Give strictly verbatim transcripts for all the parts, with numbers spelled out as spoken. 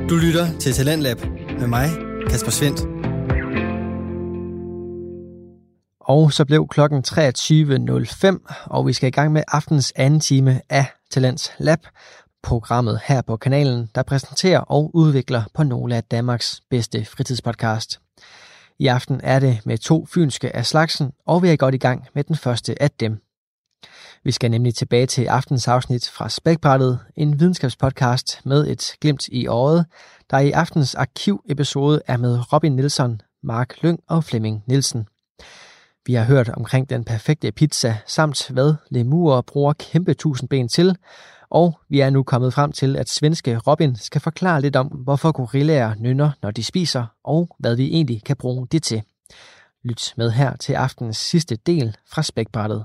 Du lytter til Talentlab med mig, Kasper Svendt. Og så blev klokken treogtyve nul fem, og vi skal i gang med aftens anden time af Talents Lab, programmet her på kanalen, der præsenterer og udvikler på nogle af Danmarks bedste fritidspodcast. I aften er det med to fynske af slagsen, og vi er godt i gang med den første af dem. Vi skal nemlig tilbage til aftens afsnit fra Spækbrættet, en videnskabspodcast med et glimt i øjet, der i aftens arkivepisode er med Robin Nielsen, Mark Lyng og Flemming Nielsen. Vi har hørt omkring den perfekte pizza, samt hvad lemurer bruger kæmpe tusindben til, og vi er nu kommet frem til, at svenske Robin skal forklare lidt om, hvorfor gorillaer nynner, når de spiser, og hvad vi egentlig kan bruge det til. Lyt med her til aftens sidste del fra Spækbrættet.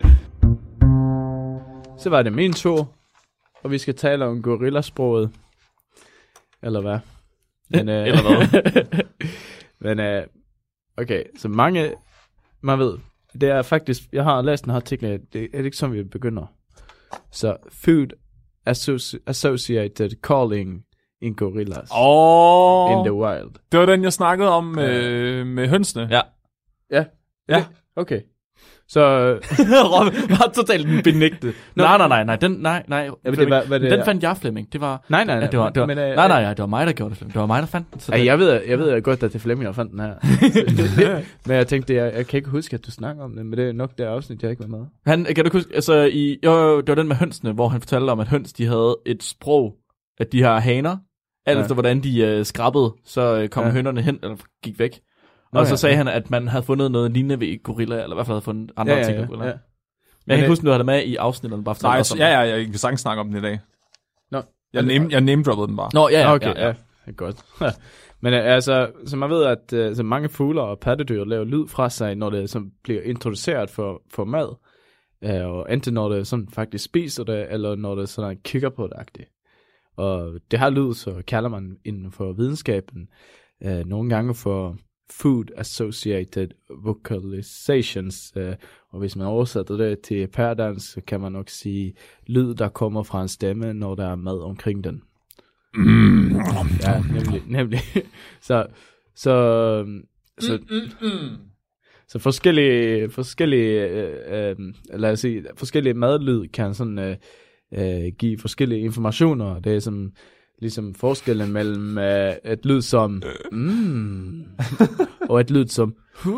Så var det min tur, og vi skal tale om gorillasproget. Eller hvad? Men, øh, Eller hvad? Men øh, okay, så mange, man ved, det er faktisk, jeg har læst en artikel, det er ikke sådan, vi begynder. Så Food Associ- Associated Calling in Gorillas Åh, in the Wild. det var den, jeg snakkede om med, med hønsene. Ja. Ja? Ja. Okay. Så... Robin var totalt benægtet. Nej, nej, nej, nej, den, nej, nej, Ja, det var, hvad det den er. fandt jeg, Flemming. Det var, Nej, nej, nej. ja, det var, det var, men, øh, nej, nej, ja, det var mig, der gjorde det, Flemming. Det var mig, der fandt den. Så Ej, det, jeg ved, jeg ved godt, at det er Flemming, der fandt den her. Men jeg tænkte, jeg, jeg kan ikke huske, at du snakker om det, men det er nok det afsnit, jeg ikke var med. han, kan du huske, altså, i, jo, det var den med hønsene, hvor han fortalte om, at høns, de havde et sprog, at de har haner, alt Ja. efter hvordan de øh, skrabbede, så øh, kom Ja. hønerne hen, eller gik væk. Nå, Og så ja, sagde ja. han, at man havde fundet noget lignende ved gorilla, eller i hvert fald havde fundet andre Ja, ja, artikler. ja, på gorilla. ja. Men Men, jeg kan øh, huske, du havde det med i afsnitterne, bare Nej, fortælle ja, os om ja, jeg kan sagtens snakke om den i dag. Nå. Jeg, name, jeg name-droppede den bare. det. Nå, ja, ja, Okay, ja, ja. ja, det er godt. Men øh, altså, så man ved, at øh, så mange fugle og pattedyr laver lyd fra sig, når det som bliver introduceret for, for mad. Øh, og enten når det sådan faktisk spiser det, eller når det sådan kigger på det-agtigt. Og det her lyd, så kalder man inden for videnskaben øh, nogle gange for Food Associated Vocalizations. Øh, og hvis man oversætter det til pærdans, så kan man nok sige lyd, der kommer fra en stemme, når der er mad omkring den. Mm. Ja, nemlig. nemlig. så, så, så, så forskellige, forskellige, øh, øh, lad os sige, forskellige madlyd kan sådan øh, øh, give forskellige informationer. Det er som ligesom forskellen mellem øh, et lyd som mm, og et lyd som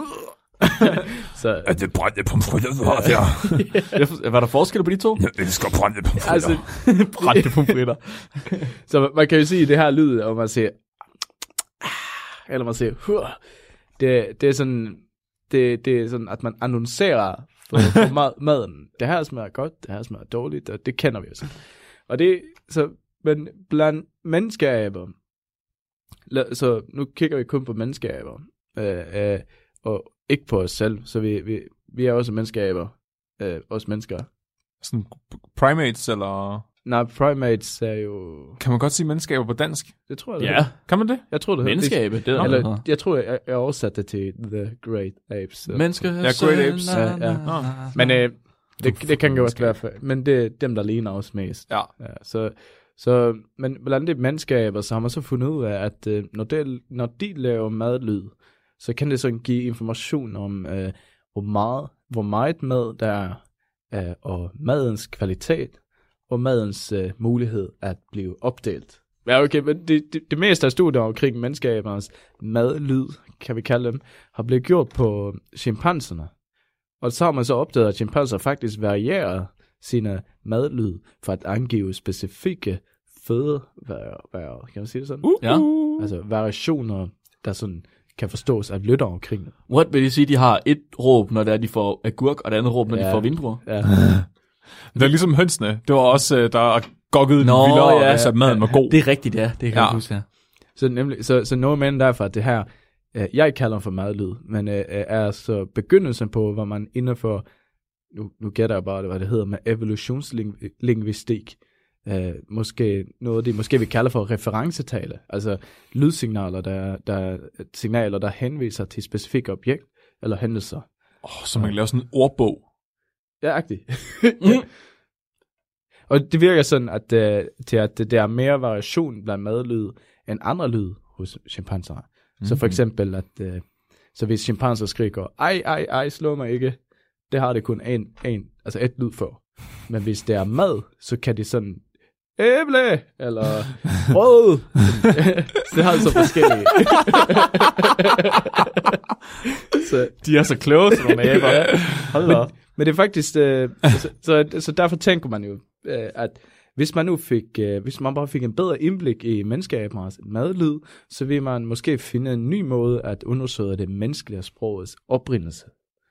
så Er det brændte pomfritter, du har der? Var der forskel på de to? Jeg elsker brændte pomfritter. altså, Brændte pomfritter. så man kan jo sige det her lyd, og man siger eller man siger huh, det, det er sådan det, det er sådan at man annoncerer for, for mad, maden. Det her smager godt, det her smager dårligt, og det kender vi jo sådan. Og det så men blandt menneskeaber, la- så nu kigger vi kun på menneskeaber, øh, øh, og ikke på os selv, så vi, vi, vi er også menneskeaber, øh, os mennesker. Sådan primates, eller... Nej, primates er jo... Kan man godt sige menneskeaber på dansk? Det tror jeg, det Ja, hedder. Kan man det? Jeg tror, det hedder. menneskeabe, det er der, Eller, der jeg tror, jeg, jeg oversatte det til The Great Apes. Så. mennesker. Ja, Great Apes. Ja, ja. Men øh, det, det kan godt være, for- men det er dem, der ligner os mest. Ja. Ja, så, så, men blandt de menneskeaber, så har man så fundet ud af, at øh, når, det, når de laver madlyd, så kan det sådan give information om, øh, hvor, meget, hvor meget mad der er, øh, og madens kvalitet, og madens øh, mulighed at blive opdelt. Ja, okay, men det, det, det meste af studier omkring menneskeabernes madlyd, kan vi kalde dem, har blevet gjort på chimpanserne. Og så har man så opdaget, at chimpanser faktisk varierer sine madlyd for at angive specifikke fødevarer. Kan man sige det sådan? Uh, ja. Altså variationer, der sådan kan forstås af lytter omkring det. What vil det sige, de har et råb, når det er, de får agurk, og det andet råb, når Ja. de får vindruer? Ja. Det er ligesom hønsene. Det var også, øh, der gokkede Nå, vildere, ja. ja, så maden var god. Det er rigtigt, ja. Det kan Ja. jeg huske, ja. Så, nemlig, så, så noget med derfor, at det her, øh, jeg kalder for madlyd, men øh, er så begyndelsen på, hvor man inden for, nu, nu gætter jeg bare, hvad det hedder, med evolutionslingvistik, øh, måske noget, de måske vi kalder for referencetale, altså lydsignaler, der, der signaler, der henviser til specifikke objekt eller hændelser. Åh, oh, så man kan lave sådan en ordbog. Ja, agtigt. ja. Og det virker sådan, at, uh, til at der er mere variation blandt madlyd, en andre lyd hos chimpanser. Mm-hmm. Så for eksempel, at øh, så hvis chimpanser skriger, ej, ej, ej, slå mig ikke, det har det kun en, en, altså et lyd for. Men hvis det er mad, så kan de sådan, æble, eller brød. Det har så forskellige. Så, de er så kloge, som nogle æber. Ja. Hold da. Men, men det er faktisk, øh, så, så, så derfor tænker man jo, øh, at hvis man nu fik, øh, hvis man bare fik en bedre indblik i menneskeabers madlyd, så vil man måske finde en ny måde at undersøge det menneskelige sprogets oprindelse.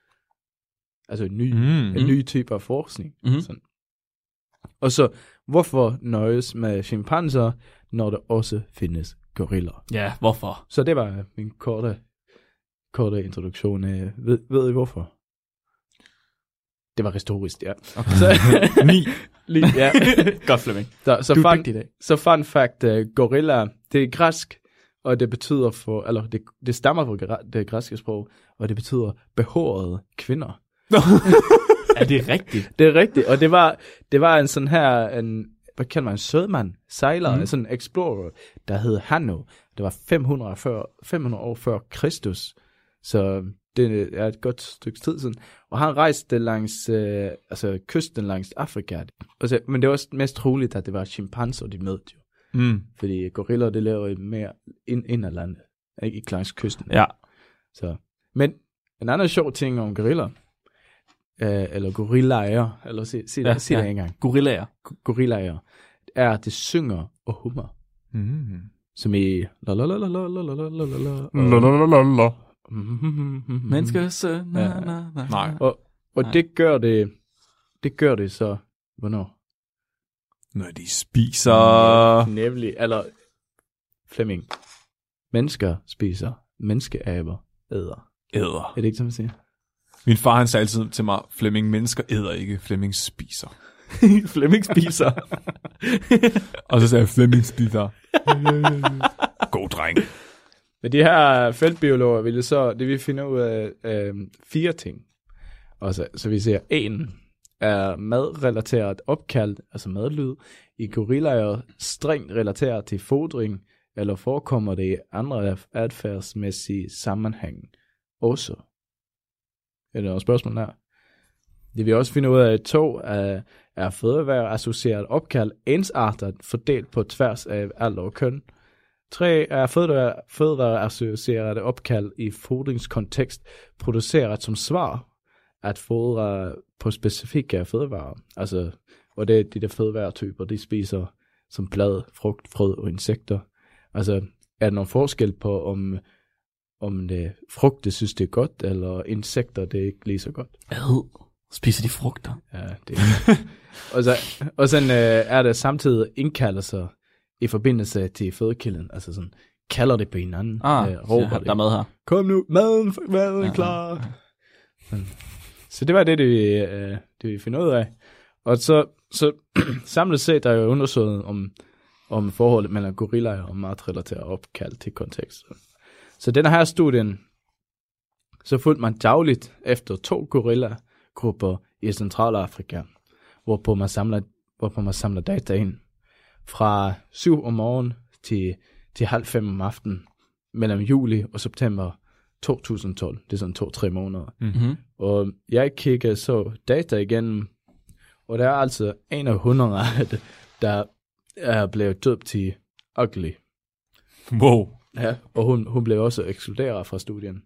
Altså en ny, Mm. en ny type af forskning. Mm. Sådan. Og så, hvorfor nøjes med chimpanser, når der også findes goriller? Ja, hvorfor? Så det var min korte, korte introduktion. Af, ved, ved I hvorfor? Det var historisk, ja. Okay. Så, Ni. lige, ja. Godt, Flemming. Så, så, Du er fun, dygtig i dag. så fun fact, uh, gorilla, det er græsk, og det betyder for, eller det, det stammer fra det græske sprog, og det betyder behårede kvinder. Er det rigtigt? Det er rigtigt, og det var, det var en sådan her, en, hvad kalder man, en sødmand, sejler, Mhm. mm. sådan en explorer, der hed Hanno. Det var fem hundrede, før, fem hundrede år før Kristus, så det er et godt stykke tid siden. Og han rejste langs, øh, altså kysten langs Afrika. Og så, men det var også mest troligt, at det var chimpanser, de mødte jo. Mm. Fordi goriller, det lever mere ind, ind ad landet, ikke langs kysten. Ja. Så. Men en anden sjov ting om goriller, øh, eller gorillaer, eller sig, sig, Ja, ja, sig ja. det engang, Gorillaer. gorillaer, er, at det synger og hummer, Mm. som i la la la la la la la la la la Lalalala. Menneskers... øh, Na, Ja. na, na. Nej. Og, og Nej. det gør det, det gør det så, hvornår? Når de spiser... Nemlig, eller Flemming, mennesker spiser, menneskeaber æder. Æder. Er det ikke, som man siger? Min far, han sagde altid til mig, Flemming, mennesker æder ikke, Flemming spiser. Flemming spiser. Og så sagde jeg, Flemming spiser. God dreng. Men de her feltbiologer ville så, det vil finde ud af øh, fire ting. Og så, så vi ser, en er madrelateret opkald, altså madlyd, i gorillaer strengt relateret til fodring, eller forekommer det i andre adfærdsmæssige sammenhæng også. Er der nogle spørgsmål der? Det vil også finde ud af, at to er, er fødevareassocieret opkald ensartet fordelt på tværs af alder og køn. Tre er fødevare, fødevareassocierede opkald i fodringskontekst produceret som svar at fodre på specifikke fødevarer. Altså, og det er de der fødevaretyper, de spiser som blad, frugt, frø og insekter. Altså, er der nogen forskel på, om, om det frugt, det synes, det er godt, eller insekter, det er ikke lige så godt? Ad. Spiser de frugter? Ja, det er og, så, og sådan øh, er der samtidig indkaldelser i forbindelse til fødekilden. Altså sådan, kalder det på hinanden. Ah, øh, råber ja, det. der er mad her. Kom nu, maden, maden er Ja, klar. Sådan. Så det var det, det vi, øh, det vi finder ud af. Og så, så samlet set der er jo undersøgt om, om forholdet mellem gorillaer og madrelateret opkald til kontekst. Så den her studien, så fulgte man dagligt efter to gorillagrupper i Centralafrika, hvorpå man samler, hvorpå man samler data ind fra syv om morgenen til, til halv fem om aftenen mellem juli og september to tusind og tolv. Det er sådan to-tre måneder. Mm-hmm. Og jeg kigger så data igennem, og der er altså en af hundrede af det, der er blevet døbt til ugly. Wow. Ja, og hun, hun blev også ekskluderet fra studien.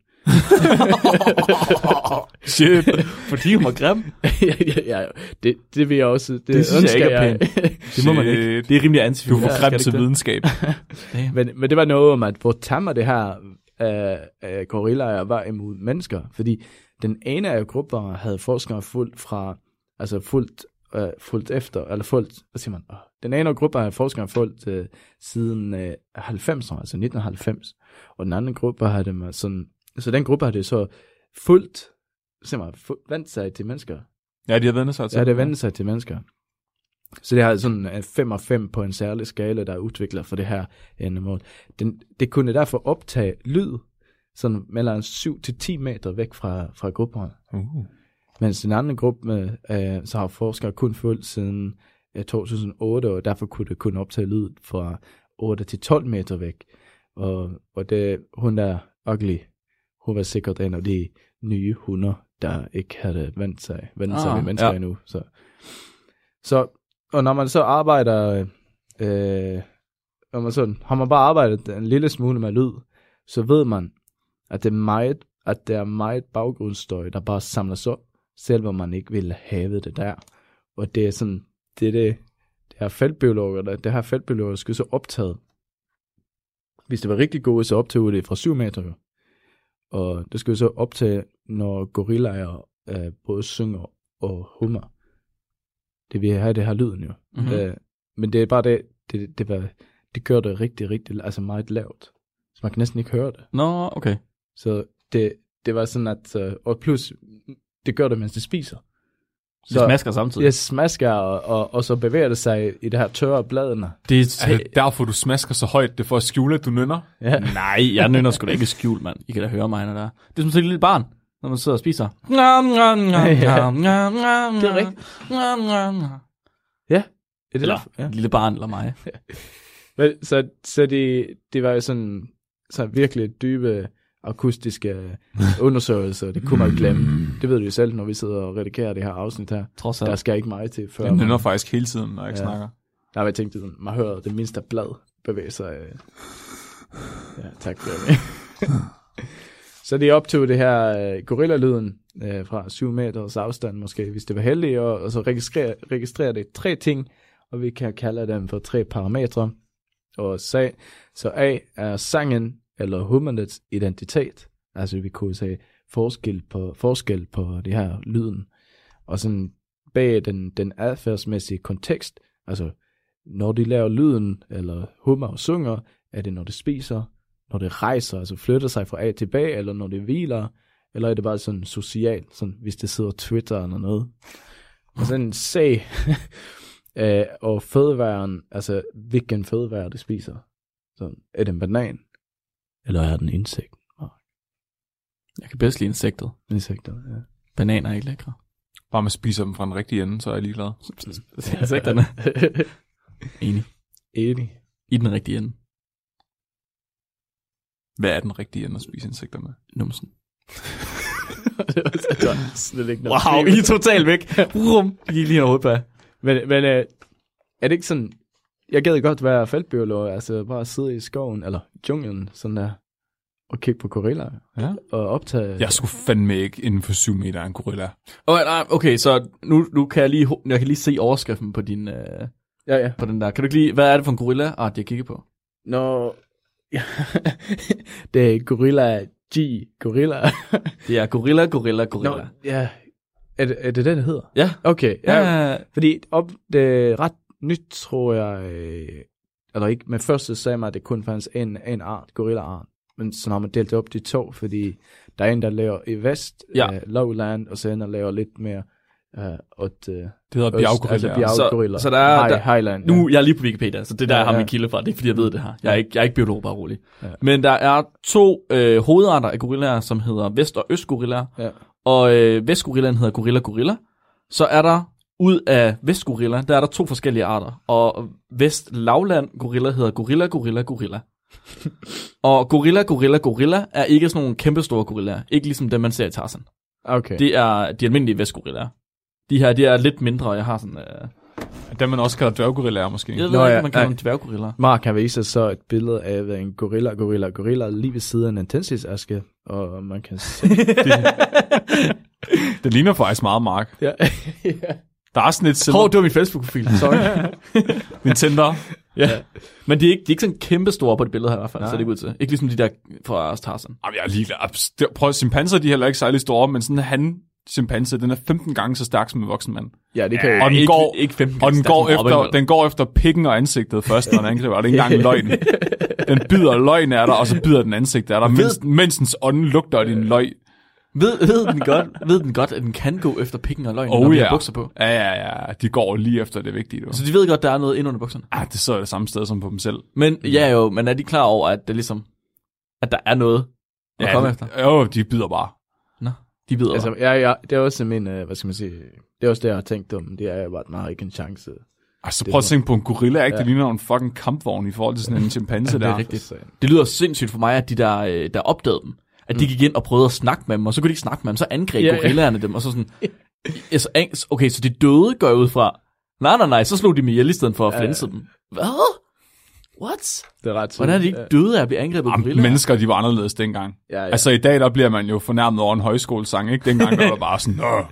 Shit. Fordi hun var grim. ja, ja, ja, det, det vil jeg også. Det, Det synes jeg ønsker ikke er pænt. Det må man ikke. Shit. Det er rimelig anti. Du får frem til videnskab. men, men det var noget om, at hvor tamme det her øh, øh, gorillaer var imod mennesker. Fordi den ene af grupperne havde forskere fulgt fra, altså fulgt, øh, fulgt efter, eller fulgt, hvad siger man? Oh, den ene af grupperne havde forskere fulgt øh, siden øh, halvfemserne, altså nitten halvfems. Og den anden gruppe havde man sådan, så den gruppe havde så fulgt, simpelthen vendt sig til mennesker. Ja, de har vendt sig til. Ja, det vendt sig til mennesker. Så det har sådan en fem og fem på en særlig skala, der er udviklet for det her endemål. Den, det kunne derfor optage lyd, sådan mellem syv til ti meter væk fra, fra grupperne. Uh. Mens den anden gruppe, med, øh, så har forskere kun fulgt siden øh, to tusind og otte, og derfor kunne det kun optage lyd fra otte til tolv meter væk. Og, og det, hun der ugly, hun var sikkert en af de nye hunder, der ikke havde vendt sig, vendt sig Ah, med mennesker ja. endnu. Så. så, og når man så arbejder, øh, når man sådan, har man bare arbejdet en lille smule med lyd, så ved man, at det er meget, at der er meget baggrundsstøj, der bare samles op, selv om man ikke vil have det der. Og det er sådan, det er det, det her feltbiologer, der, det her feltbiologer skal så optaget. Hvis det var rigtig godt, så optager det fra syv meter. Og det skal vi så optage, når gorillaer øh, både synger og hummer. Det vil have det her lyden jo. Mhm. Øh, men det er bare det, det, det, var, det gør det rigtig, rigtig, altså meget lavt. Så man kan næsten ikke høre det. Nå, okay. Så det, det var sådan, at, øh, og plus, det gør det, mens det spiser. Det smasker samtidig. Det smasker, og, og, og så bevæger det sig i det her tørre bladene. Det er, Er det derfor, du smasker så højt? Det er for at skjule, at du nynner? Ja. Nej, jeg nynner sgu da ikke skjult, mand. I kan da høre mig, når der er. Det er som sådan et lille barn, når man sidder og spiser. Det er rigtigt. Ja, er det Eller derfor? Ja. et lille barn, eller mig. Men, så så det, det var jo sådan, så virkelig dybe akustiske undersøgelser. Det kunne man ikke glemme. Det ved du jo selv, når vi sidder og redigerer det her afsnit her. Trods Der alt. skal ikke meget til, før Jeg nynner man, faktisk hele tiden, når jeg ikke Ja. snakker. der har jeg tænkt, sådan, man hører det mindste blad bevæge sig. øh. Ja, tak for det. Så det er op til det her øh, gorilla-lyden øh, fra syv meters afstand måske, hvis det var heldigt, og, og så registrere, registrere det tre ting, og vi kan kalde dem for tre parametre. Og så, så A er sangen eller hummerets identitet, altså vi kunne sige forskel på, forskel på det her lyden, og sådan bag den, den adfærdsmæssige kontekst, altså når de laver lyden, eller hummer og synger, er det når det spiser, når det rejser, altså flytter sig fra A til B, eller når det hviler, eller er det bare sådan socialt, sådan hvis det sidder Twitter eller noget. Og sådan C, øh, og fødeværen, altså hvilken fødevare det spiser. Så er det en banan, eller er den insekt? Jeg kan bedst lide insektet. Insekter, ja. Bananer er ikke lækre. Bare man spiser dem fra den rigtige ende, så er jeg ligeglad. Insekterne. Enig. Enig. I den rigtige ende. Hvad er den rigtige ende at spise insekterne? Numsen. Det var slet ikke noget. Wow, I er totalt væk. Rum. I er lige over hovedet på. Men, men øh, er det ikke sådan, jeg gad godt være feltbiolog, altså bare sidde i skoven, eller junglen, sådan der, og kigge på gorillaer, Ja. og optage... Jeg skulle fandme ikke inden for syv meter af en gorilla. Okay, nej, okay, så nu, nu kan jeg lige, jeg kan lige se overskriften på din, øh, Ja, ja. på den der. Kan du ikke lige, hvad er det for en gorilla, art, jeg kigger på? Nå... det er gorilla G, gorilla. Det er gorilla, gorilla, gorilla. Nå, ja. Er det, er det det, det hedder? Ja. Okay, ja. Ja, ja. Fordi op, det er ret nyt, tror jeg, øh, eller ikke, men først så sagde man, at det kun fandt en, en art, gorilla-art. Men så har man delt det op de to, fordi der er en, der laver i vest, Ja. øh, lowland, og så en, der laver lidt mere øh, åt, øh, Det hedder øst, bjerggorilla. altså bjerggorilla. Så- så der er- High, der- Highland. Nu jeg er lige på Wikipedia, så det er der, Ja, jeg har ja. min kilde fra. Det er ikke, fordi jeg ved det her. Jeg er ikke, jeg er ikke biolog, bare rolig. Ja. Men der er to øh, hovedarter af gorillaer, som hedder vest- og østgorillaer. Ja. Og øh, vestgorillaen hedder gorilla gorilla. Så er der, ud af vestgorilla, der er der to forskellige arter. Og vest-lavland gorilla hedder gorilla gorilla gorilla. Og gorilla gorilla gorilla er ikke sådan nogle kæmpestore gorillaer. Ikke ligesom dem, man ser i Tarzan. Okay. Det er de almindelige vestgorillaer. De her, de er lidt mindre, og jeg har sådan... Øh, Dem man også kalder dværggorillaer måske. jeg ved Nå, ikke, ja, man kalder ja. dem dværggorillaer. Mark har vist os så et billede af en gorilla, gorilla, gorilla lige ved siden af en tændstiks-aske, og man kan se... Det ligner faktisk meget Mark. ja. ja. Der er sådan et silver... Hov, det var min Facebook-profil. Sorry. Min Tinder. Ja. Men de er ikke, de er ikke sådan kæmpe store på det billede her i hvert fald, Nej. så det er ikke ud til. Ikke ligesom de der fra Tarzan. Jamen, jeg er ligeglad. Prøv, chimpanser, de er heller ikke særlig store, men sådan en han chimpanse, den er femten gange så stærk som en voksen mand. ja, det kan jo... Og den ikke, går, ikke femten og den gange går, stærk som efter, Robin, den går efter pikken og ansigtet først, når den angriber, og det er ikke engang løgn. Den bider løgn af dig, og så bider den ansigtet af dig, mens, mens dens ånd lugter af din løg. Ved, ved, den godt, ved den godt, at den kan gå efter pikken og løgn, Oh, når de ja. har bukser på? Ja, ja, ja. De går lige efter det vigtige. Du. Så de ved godt, der er noget inde under bukserne. Ah, det så er det samme sted som på dem selv. Men ja jo, men er de klar over, at det ligesom, at der er noget at komme efter? Jo, de bider bare. Nå, de ved Altså, ja, ja, det er også min, øh, hvad skal man sige, det er også det, jeg har tænkt om, det er jo bare, at man har ikke en chance. Altså, prøv at tænke på en gorilla, ikke? Ja. Det ligner en fucking kampvogn i forhold til sådan en chimpanse der. Det er rigtigt. Det lyder sindssygt for mig, at de der, der opdagede dem, at de gik ind og prøvede at snakke med dem, og så kunne de ikke snakke med dem, så angreb ja, gorillaerne ja. dem, og så sådan, okay, så de døde går jeg ud fra, nej, nej, nej, så slog de dem ihjel i stedet for at flænse ja. dem. Hvad? What? Det er ret Hvordan er de ikke døde af at blive angrebet af gorillaer? Mennesker, de var anderledes dengang. Ja, ja. Altså i dag, der bliver man jo fornærmet over en højskolesang, ikke? Dengang var der bare sådan, åh,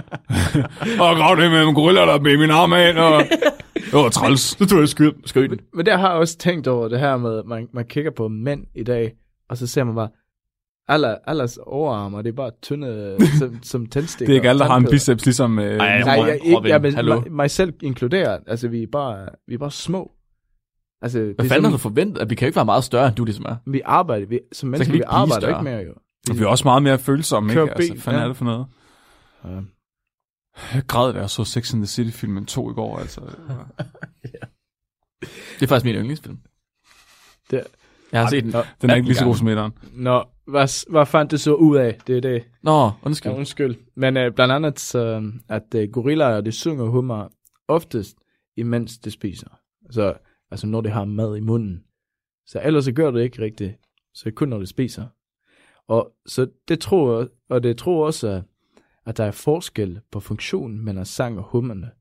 åh, grav det med en gorilla, der blev min arm af, og det var træls. Så tog jeg skyld. Men, men der har jeg også tænkt over det her med, man, man kigger på mænd i dag, og så ser man bare, Alle, alles overarmer, det er bare tynde som, som tændstikker. Det er ikke alle, der har en biceps ligesom... Øh, Ej, nej, jeg, ikke, ja, men mig, mig selv inkluderet. Altså, vi er bare, vi er bare små. Altså, hvad fanden har du forventet? At vi kan ikke være meget større, end du ligesom er. Vi arbejder, vi, som mennesker, vi, vi arbejder større. Ikke mere jo. Vi, vi er også meget mere følsomme, ikke? Altså, hvad fanden ja. er det for noget? Ja. Jeg græd, da jeg så Sex and the City-filmen to i går, altså. Ja. Det er faktisk min yndlingsfilm. Det Jeg har set den. Den er ikke lige så god som etteren. Nå, hvad, hvad fandt det så ud af? Det er det. Nå, undskyld. Ja, undskyld. Men uh, blandt andet, så, at uh, gorillaer, de synger hummer oftest, imens de spiser. Så, altså når de har mad i munden. Så ellers så gør det ikke rigtigt. Så kun når de spiser. Og så det tror jeg, og det tror også, at der er forskel på funktionen mellem sang og hummerne.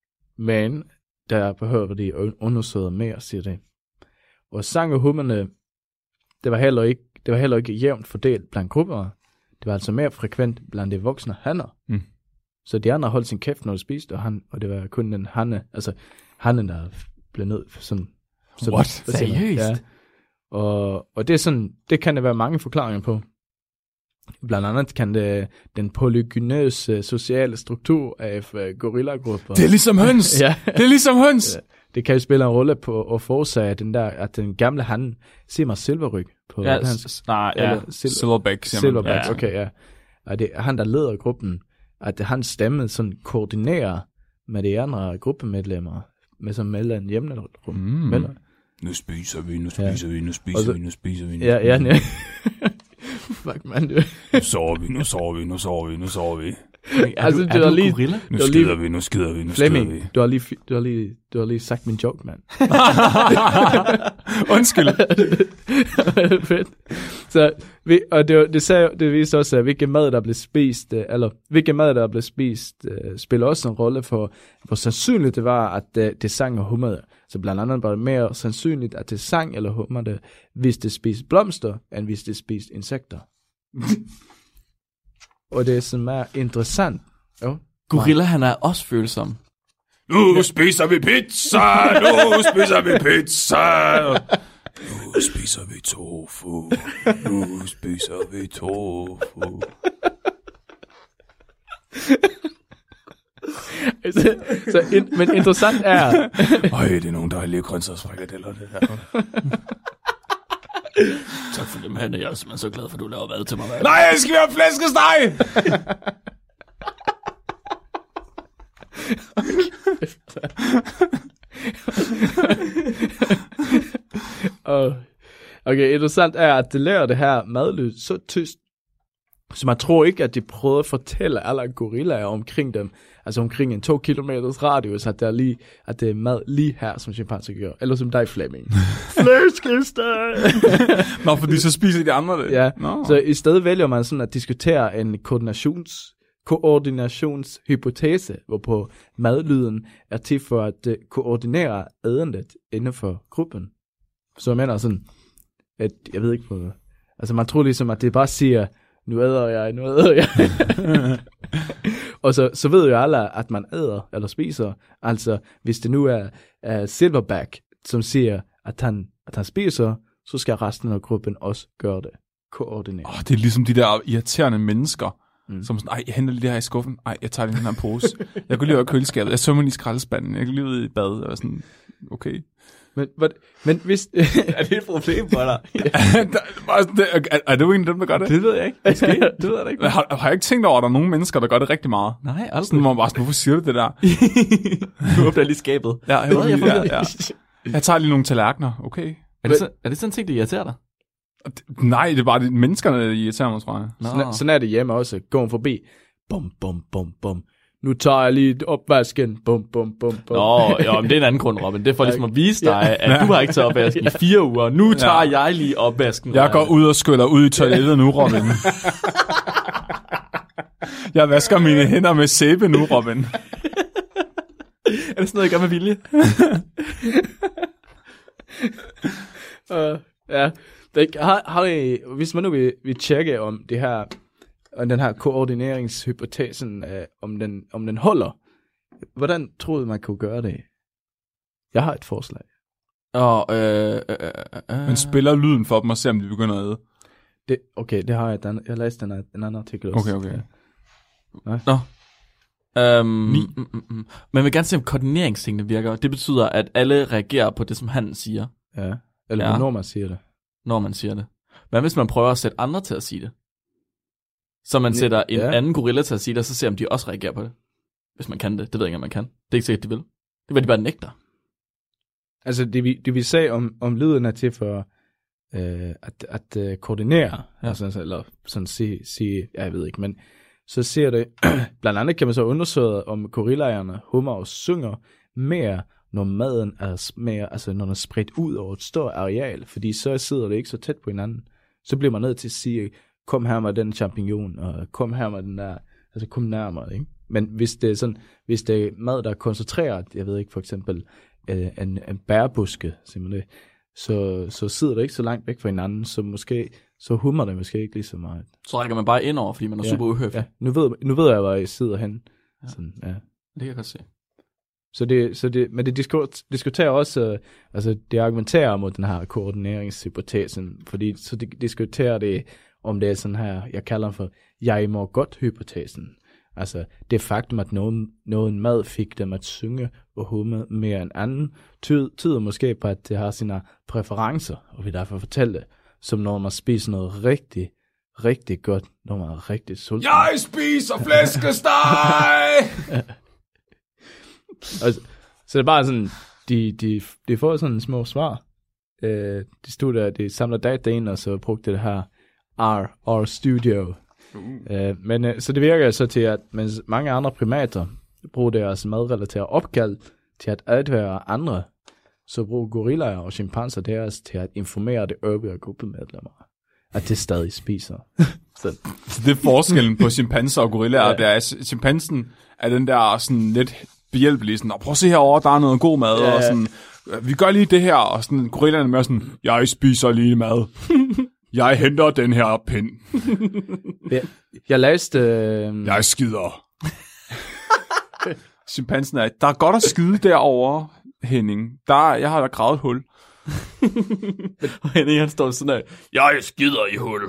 Men der behøver de undersøge mere, siger det. Og sang og hummerne, det var heller ikke, det var heller ikke jævnt fordelt blandt grupper. Det var altså mere frekvent blandt de voksne hanner. Mm. Så de andre holdt sin kæft, når de spiste, og, han, og det var kun den hanne, altså hannen, der blev nødt sådan. sådan What? Seriøst? Ja. Og, og det er sådan, det kan der være mange forklaringer på. Blandt andet kan det den polygynøse sociale struktur af uh, gorillagrupper. Det er ligesom høns! Ja. Det er ligesom høns! Ja. Det kan jo spille en rolle på at forårsage den der, at den gamle han siger mig silverryg på ja, hans, nej, ja. Sil- Silverback. Silverback, ja. Okay, ja. Og det er han, der leder gruppen, at hans stemme sådan koordinerer med de andre gruppemedlemmer, med som melder en hjemne rum. Mm. Nu spiser vi, nu spiser ja. vi, nu spiser så, vi, nu spiser vi. Nu ja, ja, ja. Fuck, man. Nu sover vi, nu sover vi, nu sover vi, nu sover vi. Er altså, du, er du, er du lige, gorilla? Nu skider vi, nu skider vi, nu Fleming, skider vi. Du har lige, du har lige, du har lige sagt min joke, mand. Undskyld. Fedt. Så, vi, og det, det, sagde, det viste også, at hvilken mad, der blev spist, eller hvilken mad, der blev spist, uh, spiller også en rolle for, hvor sandsynligt det var, at uh, det sang og humrede. Så blandt andet var det mere sandsynligt, at det sang eller humrede, hvis det spiste blomster, end hvis det spiste insekter. Og det som er interessant. Jo. Gorilla, han er også følsom. Nu ja. spiser vi pizza! Nu spiser vi pizza! Nu spiser vi tofu. Nu spiser vi tofu. så, så in, men interessant er... Øj, det er nogle dejlige grøntsagsfrikadeller, det her. Tak for det, mand. Jeg er simpelthen så glad for, at du laver mad til mig. Mand. Nej, jeg skal have flæskesteg! Okay, interessant er, at det laver det her madlyd så tyst, så man tror ikke, at de prøver at fortælle alle gorillaer omkring dem, altså omkring en to kilometers radius, at, der er lige, at det er mad lige her, som chimpanser gør. Eller som dig, Fleming. Flæskesteg! Nå, fordi så spiser de andre det. Ja, no. Så i stedet vælger man sådan at diskutere en koordinations, koordinationshypotese, hvorpå madlyden er til for at uh, koordinere ædendet inden for gruppen. Så jeg mener sådan, at jeg ved ikke på, altså man tror ligesom, at det bare siger, nu æder jeg, nu æder jeg. Og så, så ved jo alle, at man æder eller spiser. Altså, hvis det nu er uh, Silverback, som siger, at han, at han spiser, så skal resten af gruppen også gøre det. Koordinere. Oh, det er ligesom de der irriterende mennesker, mm. som sådan, ej, jeg henter lige det her i skuffen. Ej, jeg tager lige den her pose. Jeg går lige over i køleskabet. Jeg sømmer lige i skraldespanden. Jeg går lige ud i bad. Og sådan, okay. Men, but, men hvis... er det et problem for dig? er, er du en af dem, der gør det? Det ved jeg ikke. Måske. Det ved jeg ikke. Har, har jeg ikke tænkt over, at der er nogle mennesker, der gør det rigtig meget? Nej, aldrig. Sådan, hvor man bare sådan, hvorfor siger du det der? Du åbner lige skabet. Ja, jeg, jeg, jeg, ja, ja. jeg tager lige nogle tallerkener, okay. Er det, så, er det sådan en ting, der irriterer dig? Nej, det er bare de mennesker, der irriterer mig, tror jeg. Sådan, sådan er det hjemme også. Gå forbi. Bum, bum, bum, bum. nu tager jeg lige opvasken. Bum, bum, bum, bum. Nå, jo, men det er en anden grund, Robin. Det er for ligesom at vise dig, at du har ikke taget opvasken i fire uger. Nu tager ja. jeg lige opvasken. Jeg går ud og skyller ud i toilettet nu, Robin. Jeg vasker mine hænder med sæbe nu, Robin. Er det sådan noget, jeg gør med vilje? uh, ja, det, har, har det, hvis man nu vil, vil tjekke om det her, om den her koordineringshypotesen, uh, om, den, om den holder, hvordan troede man kunne gøre det? Jeg har et forslag. Og, øh, øh, øh, Man spiller lyden for dem og ser, om de begynder at æde. Det, okay, det har jeg. Den, jeg læste en, en anden artikel også. Okay, okay. Ja. Nå. Um, mm, mm, mm. Men vil gerne se, om koordineringstingene virker. Det betyder, at alle reagerer på det, som han siger. Ja, eller ja. når man siger det. Når man siger det. Hvad hvis man prøver at sætte andre til at sige det? Så man sætter en ja. anden gorilla til at sige det, og så ser om de også reagerer på det. Hvis man kan det. Det ved jeg ikke, om man kan. Det er ikke sikkert, de vil. Det vil de bare nægter. Altså, det vi, det vi sagde om, om lyden er til for øh, at, at uh, koordinere, ja. altså, eller sådan sige, sige, jeg ved ikke, men så ser det, blandt andet kan man så undersøge, om gorillaerne hummer og synger mere, når maden er mere, altså når den er spredt ud over et stort areal, fordi så sidder det ikke så tæt på hinanden. Så bliver man nødt til at sige, kom her med den champignon, og kom her med den der, altså kom nærmere, ikke? Men hvis det er sådan, hvis det er mad, der er koncentreret, jeg ved ikke, for eksempel øh, en, en bærbuske, simpelthen, så, så sidder det ikke så langt væk fra hinanden, så måske, så hummer det måske ikke lige så meget. Så rækker man bare ind over, fordi man er ja, super uhøflig. Ja, nu ved, nu ved jeg, hvor jeg sidder hen. Ja. Sådan, ja. Det kan jeg godt se. Så det, så det, men det diskuterer også, altså det argumenterer mod den her koordineringshypotesen, fordi så det diskuterer det, om det er sådan her, jeg kalder for, jeg må godt-hypotesen. Altså det faktum, at nogen, nogen mad fik dem at synge og humme mere end anden, tyder måske på, at det har sine præferencer, og vi derfor fortælle det, som når man spiser noget rigtig, rigtig godt, når man er rigtig sulten. Jeg spiser flæskesteg! altså, så det er bare sådan, de, de, de får sådan små svar. Øh, de studerer, de samler data ind, og så brugte det her R, R Studio. Uh. Øh, men øh, så det virker så til, at mens mange andre primater bruger deres madrelaterede opkald til at advære andre, så bruger gorillaer og chimpanser deres til at informere det øvrige gruppemedlemmer, at det stadig spiser. så. så det er forskellen på chimpanser og gorillaer, ja. Det er, chimpansen er den der sådan lidt behjælpelige, sådan, prøv at se herovre, der er noget god mad, ja, ja. Og sådan, vi gør lige det her, og sådan, gorillaerne med sådan, jeg spiser lige mad. Jeg henter den her pind. jeg, jeg læste... Øh... Jeg skider. Chimpansen er, der er godt at skide derovre, Henning. Der, jeg har da gravet et hul. Og Henning, han står sådan der, jeg skider i hul.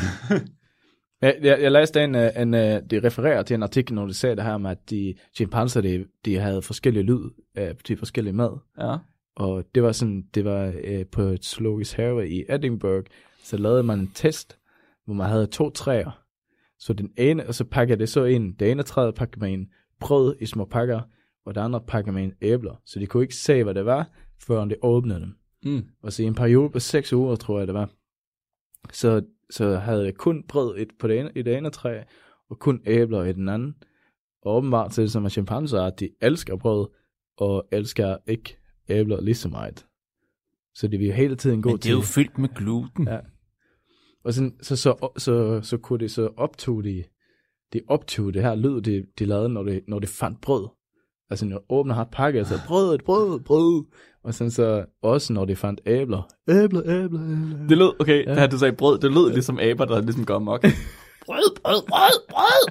jeg, jeg, jeg læste en, en, de refererer til en artikel, når de sagde det her med, at de chimpanser, de, de havde forskellige lyd øh, til forskellige mad. Ja. Og det var sådan, det var øh, på et zoologisk have i Edinburgh, så lavede man en test, hvor man havde to træer. Så den ene, og så pakkede det så ind, det ene træ pakkede man en brød i små pakker, og det andet pakkede man en æbler. Så de kunne ikke se, hvad det var, før de åbnede dem. Mm. Og så i en periode på seks uger, tror jeg det var, så, så havde det kun brød et på det ene, i det ene træ, og kun æbler i den anden. Og åbenbart så er det som, at chimpanser, at de elsker brød, og elsker ikke æbler lige så meget. Så det vil jo hele tiden gå til... Men det er jo fyldt med gluten. Ja. Og sådan, så, så, så, så, så kunne det så optog de, de optog det her lyd, de, de lavede, når de, når de fandt brød. Altså når de åbner har pakket, så brød, brød, brød. Og sådan så også når de fandt æbler. Æbler, æbler, æbler. Det lød, okay, ja. Da du sagde brød, det lød ligesom aber, der ligesom går amok. brød, brød, brød, brød.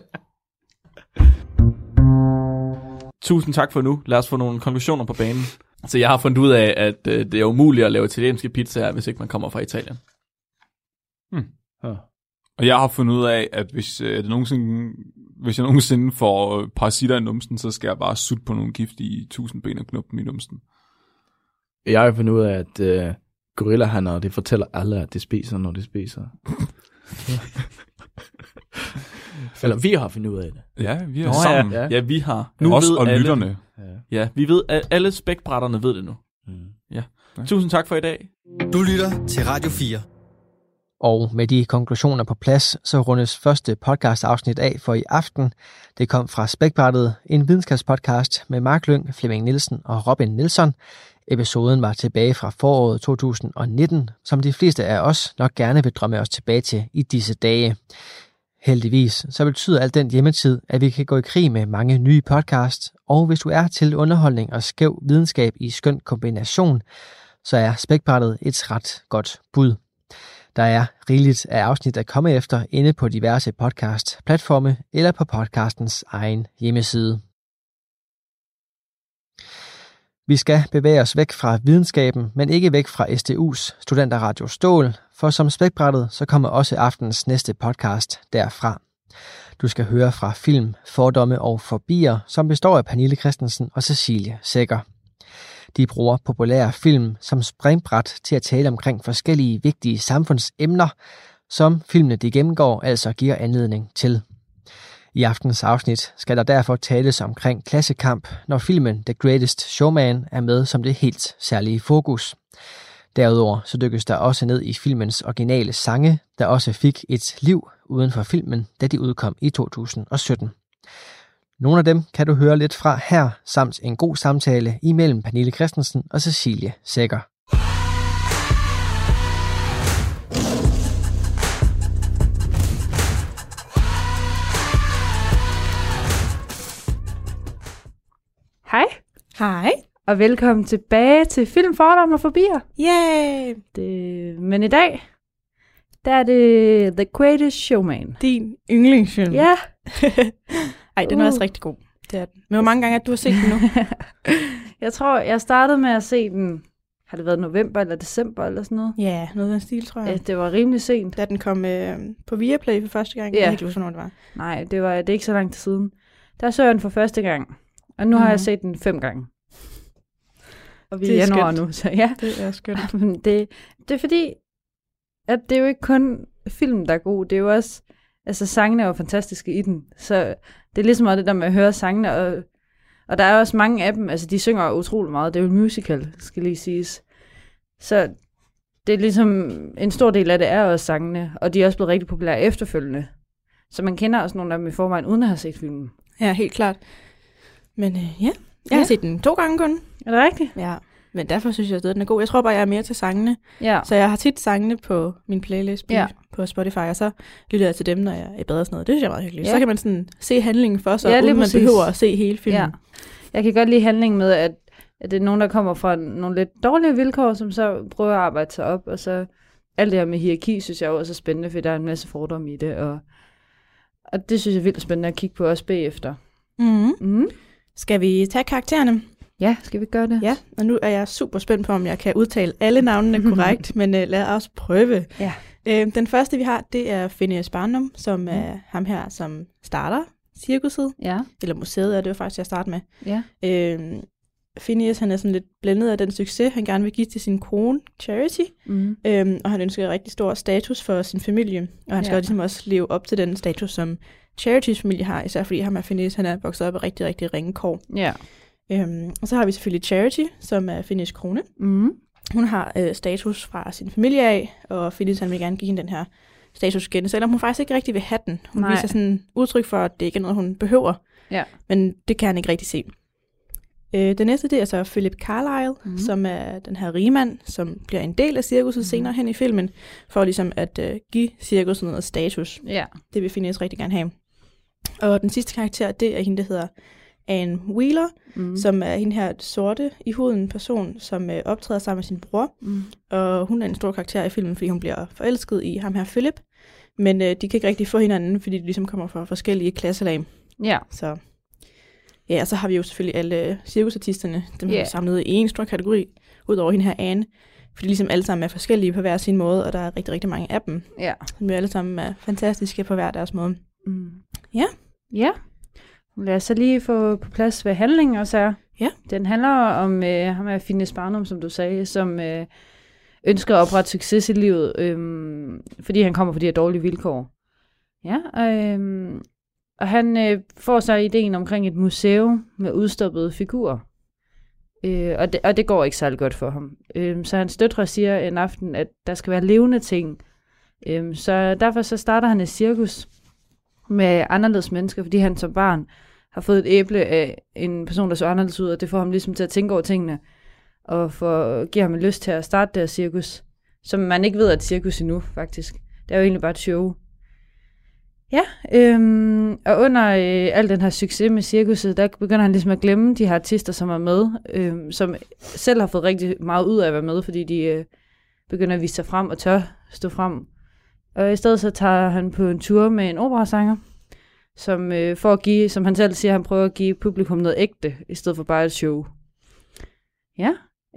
Tusind tak for nu. Lad os få nogle konklusioner på banen. Så jeg har fundet ud af, at øh, det er umuligt at lave italienske pizzaer, hvis ikke man kommer fra Italien. Hmm. Ja. Og jeg har fundet ud af, at hvis, øh, det nogensinde, hvis jeg nogensinde får øh, parasitter i numsen, så skal jeg bare sutte på nogle giftige tusindben og knuppe dem i numsen. Jeg har fundet ud af, at øh, gorillahanner, det fortæller alle, at de spiser, når de spiser. Eller vi har fundet ud af det. Ja, vi har Nå, sammen. Ja, ja, vi har. Nu Os ved og alle, lytterne. Ja, vi ved, at alle spækbrætterne ved det nu. Mm. Ja. Ja. Tusind tak for i dag. Du lytter til Radio fire. Og med de konklusioner på plads, så rundes første podcast-afsnit af for i aften. Det kom fra Spækbrættet, en videnskabspodcast med Mark Lyng, Flemming Nielsen og Robin Nielsen. Episoden var tilbage fra foråret to tusind nitten, som de fleste af os nok gerne vil drømme os tilbage til i disse dage. Heldigvis så betyder al den hjemmetid, at vi kan gå i krig med mange nye podcasts, og hvis du er til underholdning og skæv videnskab i skøn kombination, så er Spækbrættet et ret godt bud. Der er rigeligt af afsnit at komme efter inde på diverse podcast-platforme eller på podcastens egen hjemmeside. Vi skal bevæge os væk fra videnskaben, men ikke væk fra S D U's Studenterradio Stål, for som Spækbrættet, så kommer også aftenens næste podcast derfra. Du skal høre fra Film, Fordomme og Fobier, som består af Pernille Christensen og Cecilie Sækker. De bruger populære film som springbræt til at tale omkring forskellige vigtige samfundsemner, som filmene de gennemgår altså giver anledning til. I aftens afsnit skal der derfor tales omkring klassekamp, når filmen The Greatest Showman er med som det helt særlige fokus. Derudover så dykkes der også ned i filmens originale sange, der også fik et liv uden for filmen, da de udkom i to tusind sytten. Nogle af dem kan du høre lidt fra her, samt en god samtale imellem Pernille Christensen og Cecilie Sækker. Hej. Hej. Og velkommen tilbage til Film, Fordomme og Fobier. Yay! Det, men i dag, der er det The Greatest Showman. Din yndlingsfilm. Ja. Ej, den er uh. også rigtig god. Det er den. Men hvor mange gange har du set den nu? Jeg tror, jeg startede med at se den, har det været november eller december eller sådan noget? Ja, noget af den stil, tror jeg. Ja, det var rimelig sent. Da den kom øh, på Viaplay for første gang. Ja. Jeg kan ikke huske, hvornår det var. Nej, det, var, det er ikke så lang tid siden. Der så jeg den for første gang. Og nu mm. har jeg set den fem gange. Og vi er i januar nu, så ja. Det er skønt. det, det er fordi, at det er jo ikke kun film, der er god. Det er jo også, altså sangene er jo fantastiske i den. Så det er ligesom meget det der med at høre sangene. Og, og der er også mange af dem, altså de synger utrolig meget. Det er jo en musical, skal lige siges. Så det er ligesom, en stor del af det er også sangene. Og de er også blevet rigtig populære efterfølgende. Så man kender også nogle af dem i forvejen, uden at have set filmen. Ja, helt klart. Men øh, ja, jeg har ja. set den to gange kun. Er det rigtigt? Ja, men derfor synes jeg, at den er god. Jeg tror bare, jeg er mere til sangene. Ja. Så jeg har tit sangene på min playlist på, ja. på Spotify, og så lytter jeg til dem, når jeg er i bad og sådan noget. Det synes jeg er meget hyggeligt. Ja. Så kan man sådan se handlingen for sig, ja, uden man behøver at se hele filmen. Ja. Jeg kan godt lide handlingen med, at, at det er nogen, der kommer fra nogle lidt dårlige vilkår, som så prøver at arbejde sig op, og så alt det her med hierarki, synes jeg også er spændende, for der er en masse fordomme i det, og, og det synes jeg er vildt spændende at kigge på også bagefter. Mm-hmm. Mm. Skal vi tage karaktererne? Ja, skal vi gøre det? Ja, og nu er jeg super spændt på, om jeg kan udtale alle navnene korrekt, men uh, lad os prøve. Ja. Uh, den første, vi har, det er Phineas Barnum, som mm. er ham her, som starter cirkuset. Ja. Eller museet er det jo faktisk, jeg starter med. Ja. Uh, Phineas, han er sådan lidt blændet af den succes, han gerne vil give til sin kone, Charity. Mm. Uh, og han ønsker rigtig stor status for sin familie. Og han skal ja. ligesom også leve op til den status, som Charities familie har, især fordi ham er Phineas, han er vokset op i rigtig, rigtig ringe kår. Ja. Øhm, og så har vi selvfølgelig Charity, som er Phineas' kone. Mm. Hun har øh, status fra sin familie af, og Phineas han vil gerne give hende den her status igen, selvom hun faktisk ikke rigtig vil have den. Hun Nej. viser sådan udtryk for, at det ikke er noget, hun behøver, ja. men det kan han ikke rigtig se. Øh, det næste, det er så Philip Carlyle, mm. som er den her rigmand, som bliver en del af cirkuset mm. senere hen i filmen, for ligesom at øh, give cirkuset noget status. Ja. Det vil Phineas rigtig gerne have. Og den sidste karakter, det er hende, der hedder Anne Wheeler, mm. som er hende her sorte i huden person, som øh, optræder sammen med sin bror. Mm. Og hun er en stor karakter i filmen, fordi hun bliver forelsket i ham her Philip. Men øh, de kan ikke rigtig få hinanden, fordi de ligesom kommer fra forskellige klasselag. Ja. Så ja, og så har vi jo selvfølgelig alle cirkusartisterne, dem yeah. har vi samlet i en stor kategori, ud over hende her Anne. Fordi de ligesom alle sammen er forskellige på hver sin måde, og der er rigtig, rigtig mange af dem. Ja. Som alle sammen er fantastiske på hver deres måde. Mm. Ja. Ja. Lad os så lige få på plads, hvad handlingen også er. Ja. Den handler om øh, ham af Phineas Barnum, som du sagde, som øh, ønsker at oprette succes i livet, øh, fordi han kommer fra de her dårlige vilkår. Ja, øh, og han øh, får så ideen omkring et museum med udstoppede figurer. Øh, og, det, og det går ikke særlig godt for ham. Øh, så hans døtre siger en aften, at der skal være levende ting Øhm, så derfor så starter han et cirkus med anderledes mennesker, fordi han som barn har fået et æble af en person, der så anderledes ud, og det får ham ligesom til at tænke over tingene, og for, giver ham en lyst til at starte det her cirkus, som man ikke ved er et cirkus endnu, faktisk. Det er jo egentlig bare et show. Ja, øhm, og under øh, al den her succes med cirkuset, der begynder han ligesom at glemme de her artister, som er med, øhm, som selv har fået rigtig meget ud af at være med, fordi de øh, begynder at vise sig frem og tør stå frem. Og i stedet så tager han på en tur med en operasanger, som øh, for at give, som han selv siger, han prøver at give publikum noget ægte, i stedet for bare et show. Ja,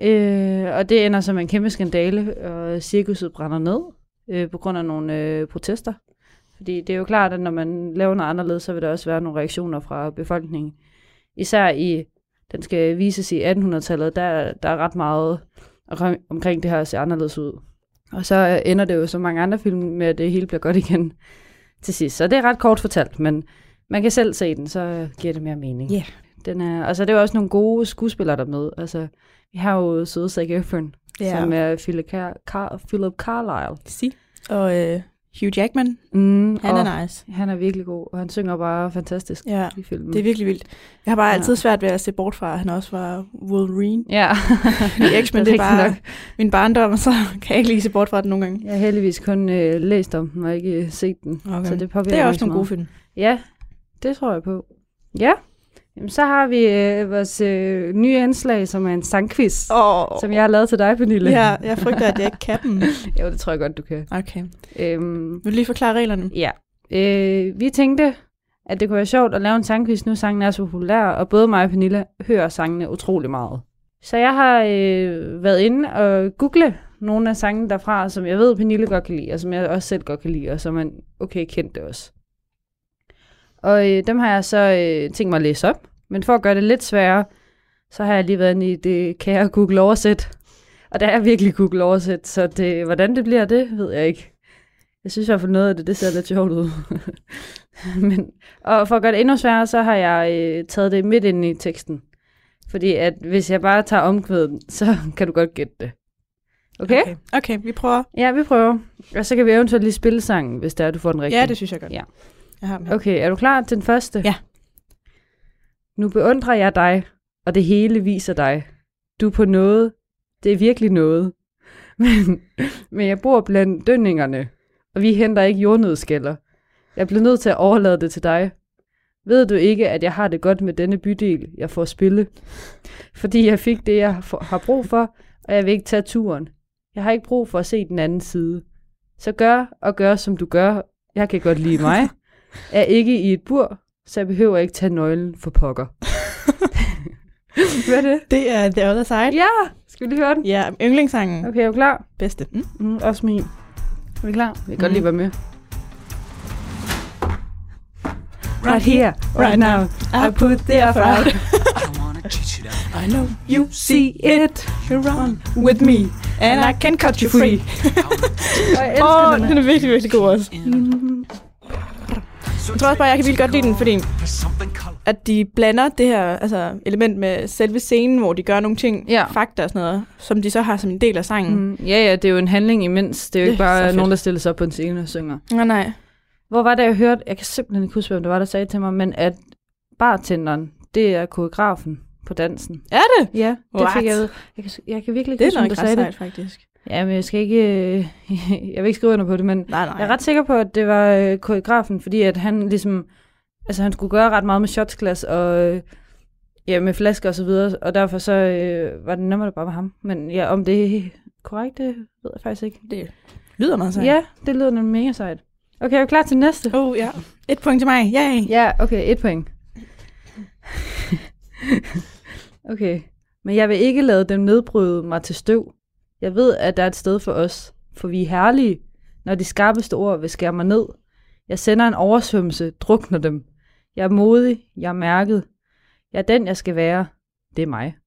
øh, og det ender som en kæmpe skandale, og cirkuset brænder ned øh, på grund af nogle øh, protester. Fordi det er jo klart, at når man laver noget anderledes, så vil der også være nogle reaktioner fra befolkningen. Især i, den skal vises i attenhundredetallet, der, der er ret meget omkring det her at se anderledes ud. Og så ender det jo som mange andre film med, at det hele bliver godt igen til sidst. Så det er ret kort fortalt, men man kan selv se den, så giver det mere mening. Ja. Yeah. Den er, altså det er jo også nogle gode skuespillere der med. Altså, vi har jo søde Zac Efron, yeah. som er Philip, Car- Car- Philip Carlisle. Si. Og øh, Hugh Jackman, mm, han er nice. Han er virkelig god, og han synger bare fantastisk ja, i filmen. Det er virkelig vildt. Jeg har bare altid ja. svært ved at se bort fra, at han også var Wolverine. Ja. I X-Men, det er bare nok min barndom, og så kan jeg ikke lige se bort fra den nogle gange. Jeg har heldigvis kun øh, læst om den, og ikke set den. Okay. Så det, det er også nogle gode film. Ja, det tror jeg på. Ja. Jamen, så har vi øh, vores øh, nye indslag, som er en sangquiz, oh. som jeg har lavet til dig, Pernille. Ja, jeg frygter, at jeg ikke kan den. Jo, det tror jeg godt, du kan. Okay. Øhm, Vil du lige forklare reglerne? Ja. Øh, vi tænkte, at det kunne være sjovt at lave en sangquiz, nu sangen er så populær, og både mig og Pernille hører sangene utrolig meget. Så jeg har øh, været inde og google nogle af sangene derfra, som jeg ved, Pernille godt kan lide, og som jeg også selv godt kan lide, og som man okay kendte også. Og øh, dem har jeg så øh, tænkt mig at læse op. Men for at gøre det lidt sværere, så har jeg lige været inde i det kære Google Oversæt. Og der er virkelig Google Oversæt, så det, hvordan det bliver, det ved jeg ikke. Jeg synes i hvert fald noget af det, det ser lidt sjovt ud. Men, og for at gøre det endnu sværere, så har jeg øh, taget det midt ind i teksten. Fordi at hvis jeg bare tager omkvædet, så kan du godt gætte det. Okay? okay? Okay, vi prøver. Ja, vi prøver. Og så kan vi eventuelt lige spille sangen, hvis det er, du får den rigtige. Ja, det synes jeg godt. Ja. Jeg har den her. Okay, er du klar til den første? Ja. Nu beundrer jeg dig, og det hele viser dig. Du er på noget. Det er virkelig noget. Men, men jeg bor blandt dønningerne, og vi henter ikke jordnødskælder. Jeg bliver nødt til at overlade det til dig. Ved du ikke, at jeg har det godt med denne bydel, jeg får spille? Fordi jeg fik det, jeg har brug for, og jeg vil ikke tage turen. Jeg har ikke brug for at se den anden side. Så gør og gør, som du gør. Jeg kan godt lide mig. Er ikke i et bur, så jeg behøver ikke tage nøglen for pokker. Hvad er det? Det er The Other Side. Ja, skal vi lige høre den? Ja, yndlingssangen. Okay, er du klar? Bedste. Mm. Mm, også min. Er vi klar? Vi kan mm. godt lige være med. Right here, right now, I put the offer out. I know you see it. You run with me, and I can cut you free. Åh, oh, den er virkelig, virkelig god også. Mm. Jeg tror også bare, jeg kan virkelig godt lide den, fordi at de blander det her altså, element med selve scenen, hvor de gør nogle ting, ja. fakta og sådan noget, som de så har som en del af sangen. Mm. Ja, ja, det er jo en handling imens. Det er jo det ikke bare nogen, der stiller sig op på en scene og synger. Nej, nej. Hvor var det, jeg hørte, jeg kan simpelthen ikke huske, hvem det var, der sagde til mig, men at bartenderen, det er koreografen på dansen. Er det? Ja, det What? fik jeg ved. Jeg kan, jeg kan virkelig ikke huske, hvem der sagde det. Det er nok ret sejt, faktisk. Ja, men jeg skal ikke, jeg vil ikke skrive under på det, men nej, nej. jeg er ret sikker på, at det var øh, koreografen, fordi at han ligesom, altså han skulle gøre ret meget med shotsglas og øh, ja, med flasker og så videre, og derfor så øh, var det nemmere, det bare var ham. Men ja, om det er korrekt, det ved jeg faktisk ikke. Det lyder meget sejt. Ja, det lyder nemlig mega sejt. Okay, er du klar til næste? Oh ja, et point til mig, yay! Ja, okay, et point. Okay, men jeg vil ikke lade dem nedbryde mig til støv. Jeg ved, at der er et sted for os, for vi er herlige, når de skarpeste ord vil skære mig ned. Jeg sender en oversvømmelse, drukner dem. Jeg er modig, jeg er mærket. Jeg er den, jeg skal være. Det er mig.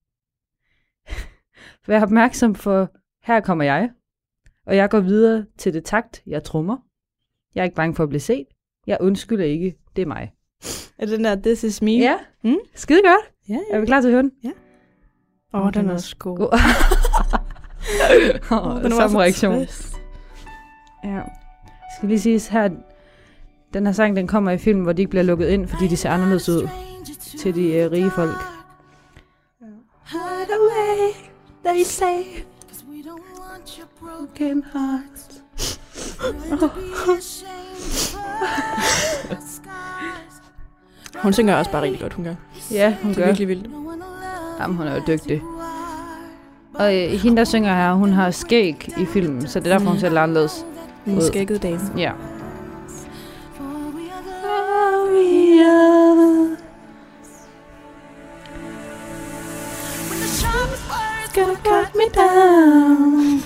Vær opmærksom, for her kommer jeg. Og jeg går videre til det takt, jeg trummer. Jeg er ikke bange for at blive set. Jeg undskylder ikke, det er mig. Er det den der, this is me? Ja, mm? skide godt. Ja, ja. Er vi klar til at høre den? Ja. Åh, oh, den er også god. oh, den samme reaktion. Ja. skal lige sige her, den her sang, den kommer i film, hvor de ikke bliver lukket ind, fordi de ser anderledes ud til de øh, rige folk. Hide away, they say, broken hearts. Hun synger også bare rigtig godt, hun gør. Ja, hun det er gør. virkelig vildt. Jamen, hun er jo dygtig. Og øh, hende, der synger her, hun har skæg i filmen, så det er derfor, hun ser lidt anderledes ud. En skægget dame. Ja. Gonna cut me down.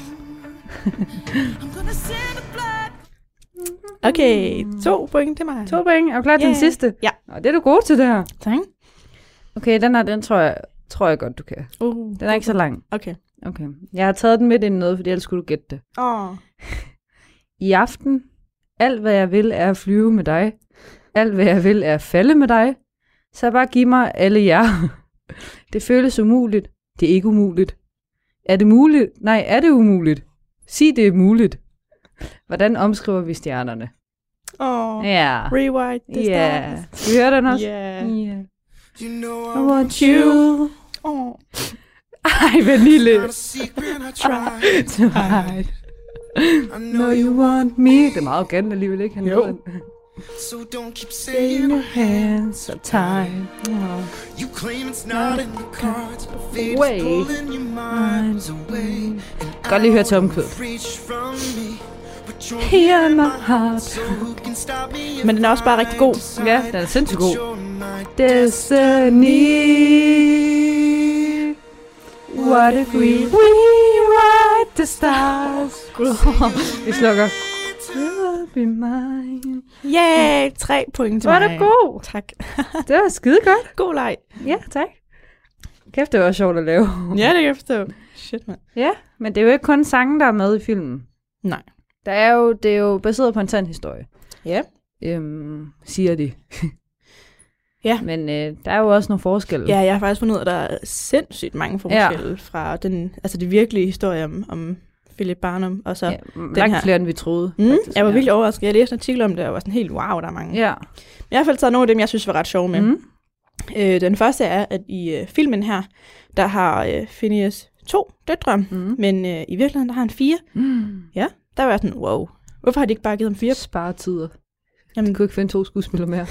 Okay, to point til mig. To point. Er du klar til Yeah. den sidste? Ja. Og det er du god til det her. Tak. Okay, den her, den tror jeg, tror jeg godt, du kan. Uh, Den er ikke så lang. Okay. Okay. Jeg har taget den midt ind i noget, fordi ellers skulle du gætte det. Åh. Oh. I aften, alt hvad jeg vil er at flyve med dig. Alt hvad jeg vil er at falde med dig. Så bare giv mig alle jer. Det føles umuligt. Det er ikke umuligt. Er det muligt? Nej, er det umuligt? Sig det er muligt. Hvordan omskriver vi stjernerne? Åh. Oh. Ja. Rewrite the Ja. stars. Skal vi høre den også? Yeah. Yeah. You know I want you. Oh. Ej, Vanille. To hide. I know you want me. Det er meget arrogant alligevel, ikke? Han Jo. So don't keep saying your hands are tied. Oh. You claim it's not in the cards, but fate Way. is pulling your minds away. Godt lige høre til omkvædet. Here in my heart. Men den er også bare rigtig god. Ja, den er sindssygt god. Destiny. What if we rewrite the stars? Vi slukker. You'll be mine. Yeah, tre point til Var mig. det god? Tak. Det var skide godt. God leg. Ja, tak. Kæft, det var sjovt at lave. Ja, det kan jeg forstå. Shit, mand. Ja, men det er jo ikke kun sange, der er med i filmen. Nej. Der er jo, det er jo baseret på en sand historie. Ja. Øhm, siger de. Ja. Men øh, der er jo også nogle forskelle. Ja, jeg har faktisk fundet ud af, at der er sindssygt mange forskelle ja. fra den, altså det virkelige historie om, om Philip Barnum, og så ja, langt her. flere, end vi troede. Mm, faktisk, jeg var ja. virkelig overrasket. Jeg læste en artikel om det, og var sådan helt, wow, der er mange. Ja. I hvert fald så er nogle af dem, jeg synes var ret sjove med. Mm. Øh, den første er, at i øh, filmen her, der har øh, Phineas to døtre, Mm. men øh, i virkeligheden, der har han fire. Mm. Ja, der var jeg sådan, wow. Hvorfor har de ikke bare givet ham fire? Sparetider. Jamen, Jeg kunne ikke finde to skuespillere mere.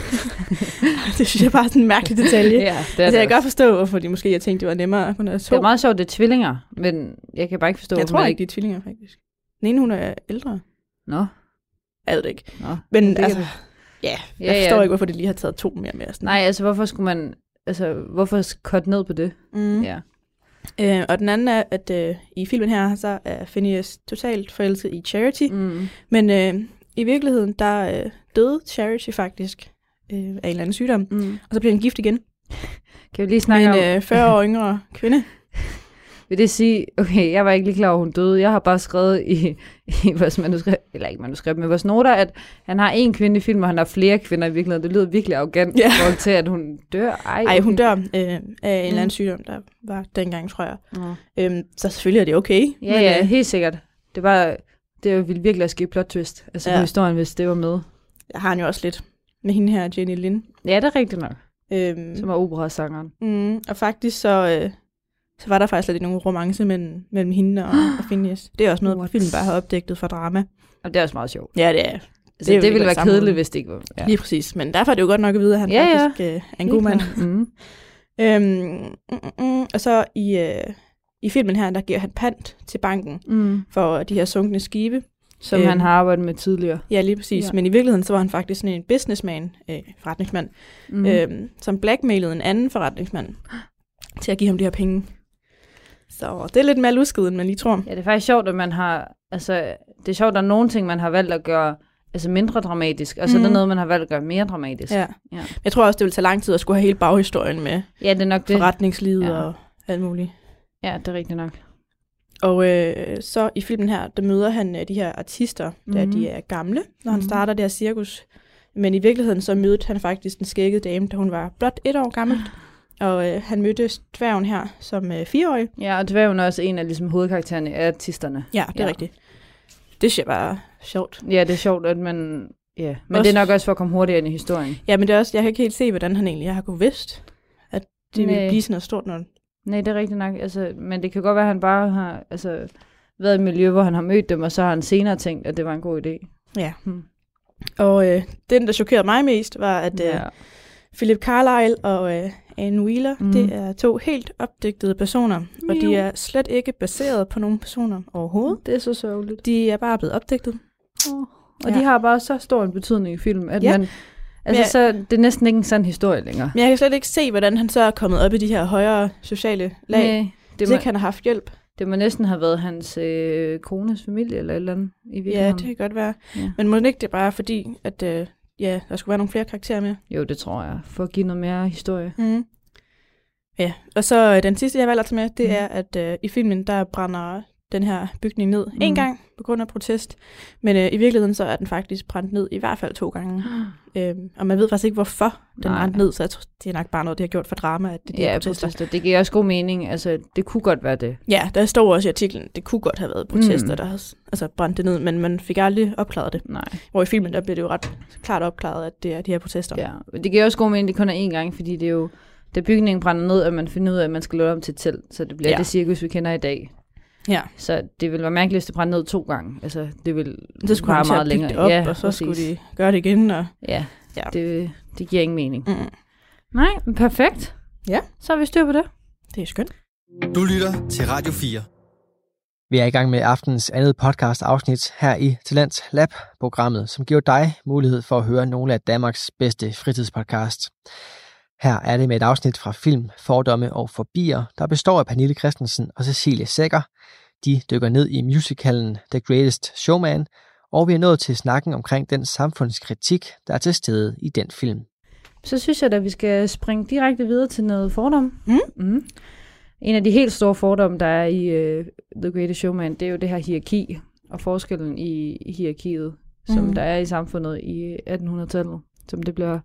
det synes jeg bare er sådan en mærkelig detalje. ja, det er altså, det jeg kan også. godt forstå, hvorfor de måske har tænkt, det var nemmere at kunne have to. Det er meget sjovt, det er tvillinger, men jeg kan bare ikke forstå, jeg hvorfor tror man ikke, de er tvillinger, faktisk. Den ene, hun er ældre. Nå. Jeg ved det ikke. Nå. Men Det kan altså, vi- ja, Ja, jeg forstår ja. ikke, hvorfor de lige har taget to mere med. Sådan. Nej, altså hvorfor skulle man, altså hvorfor cut ned på det? Mm. Ja. Øh, og den anden er, at øh, i filmen her, så er Phineas totalt forelsket i Charity. Mm. Men øh, i virkeligheden, der øh, døde Charity faktisk øh, af en eller anden sygdom. Mm. Og så bliver han gift igen Kan vi lige med snakke om, en øh, fyrre år yngre kvinde. vil det sige, okay, jeg var ikke lige klar over, hun døde. Jeg har bare skrevet i, i vores manuskript, eller ikke manuskript, men vores noter, at han har en kvinde i filmen, og han har flere kvinder i virkeligheden. Det lyder virkelig arrogant Ja. i forhold til, at hun dør. Ej, Ej, hun okay. dør øh, af en eller anden Mm. sygdom, der var dengang, tror jeg. Nå. Øhm, så selvfølgelig er det okay. Ja, ja, helt sikkert. Det var, det ville virkelig at ske plot twist, altså Ja. på historien, hvis det var med. jeg har han jo også lidt med hende her, Jenny Lind. Ja, det er rigtigt nok. Øhm, Som var operasangeren. mm, og faktisk så, øh, så var der faktisk lidt nogen romance mellem, mellem hende og, og Phineas. Det er også noget, What? filmen bare har opdækket for drama. Og det er også meget sjovt. Ja, det er. Altså, er det, jo det lidt ville være samme kedeligt, måde. hvis det ikke var. Ja. Lige præcis. Men derfor er det jo godt nok at vide, at han Ja, ja. faktisk øh, er en god mand. Mm. Øhm, mm, mm, mm. Og så i, øh, i filmen her, der giver han pant til banken Mm. for de her sunkne skibe. Som Øhm. han har arbejdet med tidligere. Ja, lige præcis. Ja. Men i virkeligheden, så var han faktisk sådan en businessman, øh, forretningsmand, Mm. mm. øhm, som blackmailede en anden forretningsmand til at give ham de her penge. Så det er lidt mere lusket, end man lige tror. Ja, det er faktisk sjovt, at man har, altså, det er sjovt, at der er nogle ting, man har valgt at gøre altså mindre dramatisk, og så mm. er der Mhm. noget, man har valgt at gøre mere dramatisk. Ja. Ja. Jeg tror også, det vil tage lang tid at skulle have hele baghistorien med Ja, det er nok det. forretningslivet Ja. og alt muligt. Ja, det er rigtigt nok. Og øh, så i filmen her, der møder han øh, de her artister, da Mhm. de er gamle, når han Mhm. starter det her cirkus. Men i virkeligheden så mødte han faktisk den skæggede dame, da hun var blot et år gammel. Og øh, han mødte dværgen her som øh, fireårig. Ja, og dværgen er også en af ligesom, hovedkaraktererne af artisterne. Ja, det er Ja. rigtigt. Det synes jeg bare er sjovt. Ja, det er sjovt, at man... Ja, men også, det er nok også for at komme hurtigere ind i historien. Ja, men det er også, jeg kan ikke helt se, hvordan han egentlig har kunnet vidst, at det Nej. ville blive sådan noget stort noget. Nej, det er rigtigt nok. Altså, men det kan godt være, at han bare har altså, været i et miljø, hvor han har mødt dem, og så har han senere tænkt, at det var en god idé. Ja. Hmm. Og øh, den, der chokerede mig mest, var, at øh, Ja. Philip Carlyle og øh, Anne Wheeler, Mm. mm. det er to helt opdigtede personer, og de Jo. er slet ikke baseret på nogle personer overhovedet. Det er så sørgeligt. De er bare blevet opdigtet. Oh. Og Ja. de har bare så stor en betydning i film, at Ja. man... Altså, Ja. så det er næsten ikke en sand historie længere. Men jeg kan slet ikke se, hvordan han så er kommet op i de her højere sociale lag. Nej, Det det, må, må, ikke han har haft hjælp. det må næsten have været hans øh, kones familie, eller et eller andet, i Ja, virkeligheden. det kan godt være. Ja. Men må det ikke det bare fordi, at øh, ja, der skulle være nogle flere karakterer med? Jo, det tror jeg, for at give noget mere historie. Mm. Ja, og så øh, den sidste, jeg valgte at tage med, det Mm. er, at øh, i filmen, der brænder den her bygning ned Mm. en gang på grund af protest. Men øh, i virkeligheden, så er den faktisk brændt ned i hvert fald to gange. øhm, og man ved faktisk ikke, hvorfor den Nej. brændte ned, så jeg tror, det er nok bare noget, det har gjort for drama, at det er de her Ja, protester. protester. Det giver også god mening. Altså, det kunne godt være det. Ja, der står også i artiklen, det kunne godt have været protester, Mm. mm. der har altså, brændt det ned, men man fik aldrig opklaret det. Nej. Hvor i filmen, der bliver det jo ret klart opklaret, at det er de her protester. Ja, det giver også god mening, det kun er én gang, fordi det er jo, da bygningen brænder ned, at man finder ud af, at man skal lave om til et telt, så det bliver Ja. ja. det cirkus, vi kender i dag. Ja. Så det vil være mærkeligt, hvis det brænder ned to gange. Altså, det vil Så skulle vare de så meget bygge længere. det op, ja, og så præcis. skulle de gøre det igen. Og... Ja, Ja. Det, det giver ingen mening. Mm. Nej, men perfekt. Ja. Så har vi styr på det. Det er skønt. Du lytter til Radio fire. Vi er i gang med aftens andet podcast afsnit her i Talents Lab, programmet, som giver dig mulighed for at høre nogle af Danmarks bedste fritidspodcasts. Her er det med et afsnit fra Film, Fordomme og Forbier, der består af Pernille Christensen og Cecilie Sækker. De dykker ned i musicalen The Greatest Showman, og vi er nået til snakken omkring den samfundskritik, der er til stede i den film. Så synes jeg, at vi skal springe direkte videre til noget fordom. Mm. Mm. En af de helt store fordomme, der er i uh, The Greatest Showman, det er jo det her hierarki og forskellen i hierarkiet, mm. som der er i samfundet i attenhundredetallet, som det bliver,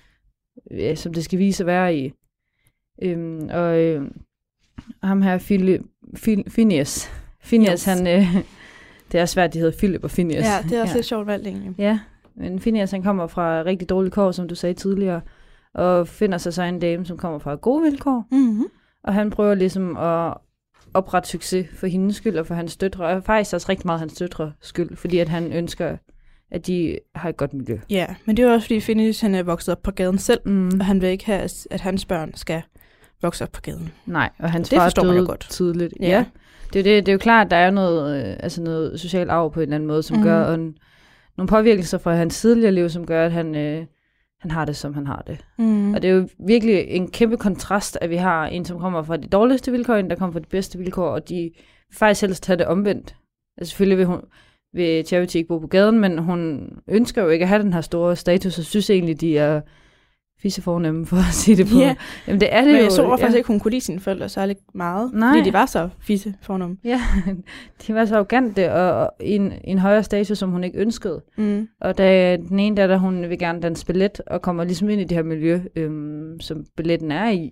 ja, som det skal vise at være i. Øhm, og øh, ham her, Philip, Phil, Phineas, Phineas, han, øh, det er svært, de hedder Philip og Phineas. Ja, det er også ja. lidt sjovt valgt egentlig. Ja, men Phineas, han kommer fra rigtig dårlige kår, som du sagde tidligere, og finder sig så en dame, som kommer fra gode vilkår. Mm-hmm. Og han prøver ligesom at oprette succes for hendes skyld og for hans døtre, og faktisk også rigtig meget hans døtre skyld, fordi at han ønsker, at de har et godt miljø. Ja, men det er jo også fordi Phineas, han er vokset op på gaden selv, Mm. og han vil ikke have, at hans børn skal vokse op på gaden. Nej, og hans Det far forstår man jo døde godt. tidligt. Ja. Ja. Det, er jo det, det er jo klart, at der er noget, øh, altså noget social arv på en eller anden måde, som mm. gør, og en, nogle påvirkelser fra hans tidligere liv, som gør, at han, øh, han har det, som han har det. Mm. Og det er jo virkelig en kæmpe kontrast, at vi har en, som kommer fra de dårligste vilkår, en, der kommer fra de bedste vilkår, og de faktisk helst tage det omvendt. Altså selvfølgelig vil, hun, vil Charity ikke bo på gaden, men hun ønsker jo ikke at have den her store status, og synes egentlig, de er fissefornemme, for at sige det på. Ja. Jamen det er det Men jo. jeg så ja. faktisk ikke, hun kunne lide sine forældre særlig meget, Nej. fordi de var så fissefornemme. Ja, de var så arrogante og, og i en, en højere status, som hun ikke ønskede. Mm. Og da den ene der, der hun vil gerne danse ballet, og kommer ligesom ind i det her miljø, øhm, som balletten er i.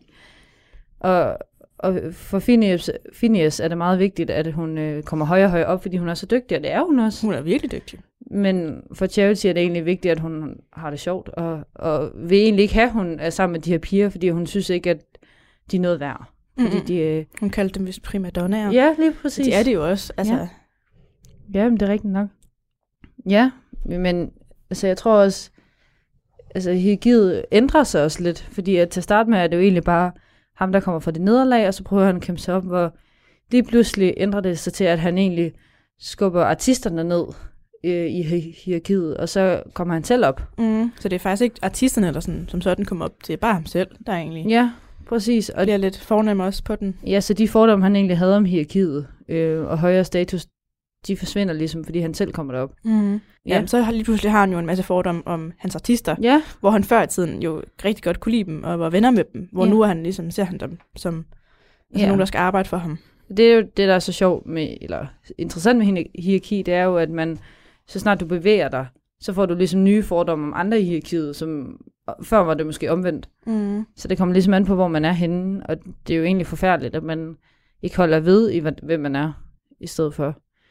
Og, og for Phineas, Phineas er det meget vigtigt, at hun øh, kommer højere og højere op, fordi hun er så dygtig, og det er hun også. Hun er virkelig dygtig. Men for Charity er det egentlig vigtigt, at hun har det sjovt, og, og vil egentlig ikke have, at hun er sammen med de her piger, fordi hun synes ikke, at de er noget værd. Fordi Mm-mm. de, øh, Hun kaldte dem vist primadonnaer. ja, lige præcis. Det er det jo også. Altså, Ja. Ja, men det er rigtigt nok. Ja, men altså, jeg tror også, altså hierarkiet ændrer sig også lidt, fordi at til at starte med er det jo egentlig bare ham, der kommer fra det nederlag, og så prøver han at kæmpe sig op, hvor lige pludselig ændrer det sig til, at han egentlig skubber artisterne ned øh, i hi- hierarkiet, og så kommer han selv op. mm. Så det er faktisk ikke artisterne, der sådan, som sådan kommer op til, bare ham selv, der egentlig Ja, præcis. og Og bliver lidt fornem også på den. ja, så de fordomme, han egentlig havde om hierarkiet øh, og højere status, de forsvinder ligesom, fordi han selv kommer derop. Mm. Ja. Ja. Jamen, så har lige pludselig har han jo en masse fordomme om hans artister, Ja, hvor han før i tiden jo rigtig godt kunne lide dem, og var venner med dem, hvor Ja. nu er han ligesom, ser han dem som altså Ja. nogen, der skal arbejde for ham. det er jo det, der er så sjovt med, eller interessant med hi- hierarki, det er jo, at man, så snart du bevæger dig, så får du ligesom nye fordomme om andre i hierarkiet, som før var det måske omvendt. Mm. Så det kommer ligesom an på, hvor man er henne, og det er jo egentlig forfærdeligt, at man ikke holder ved i, hvad- hvem man er, i stedet for.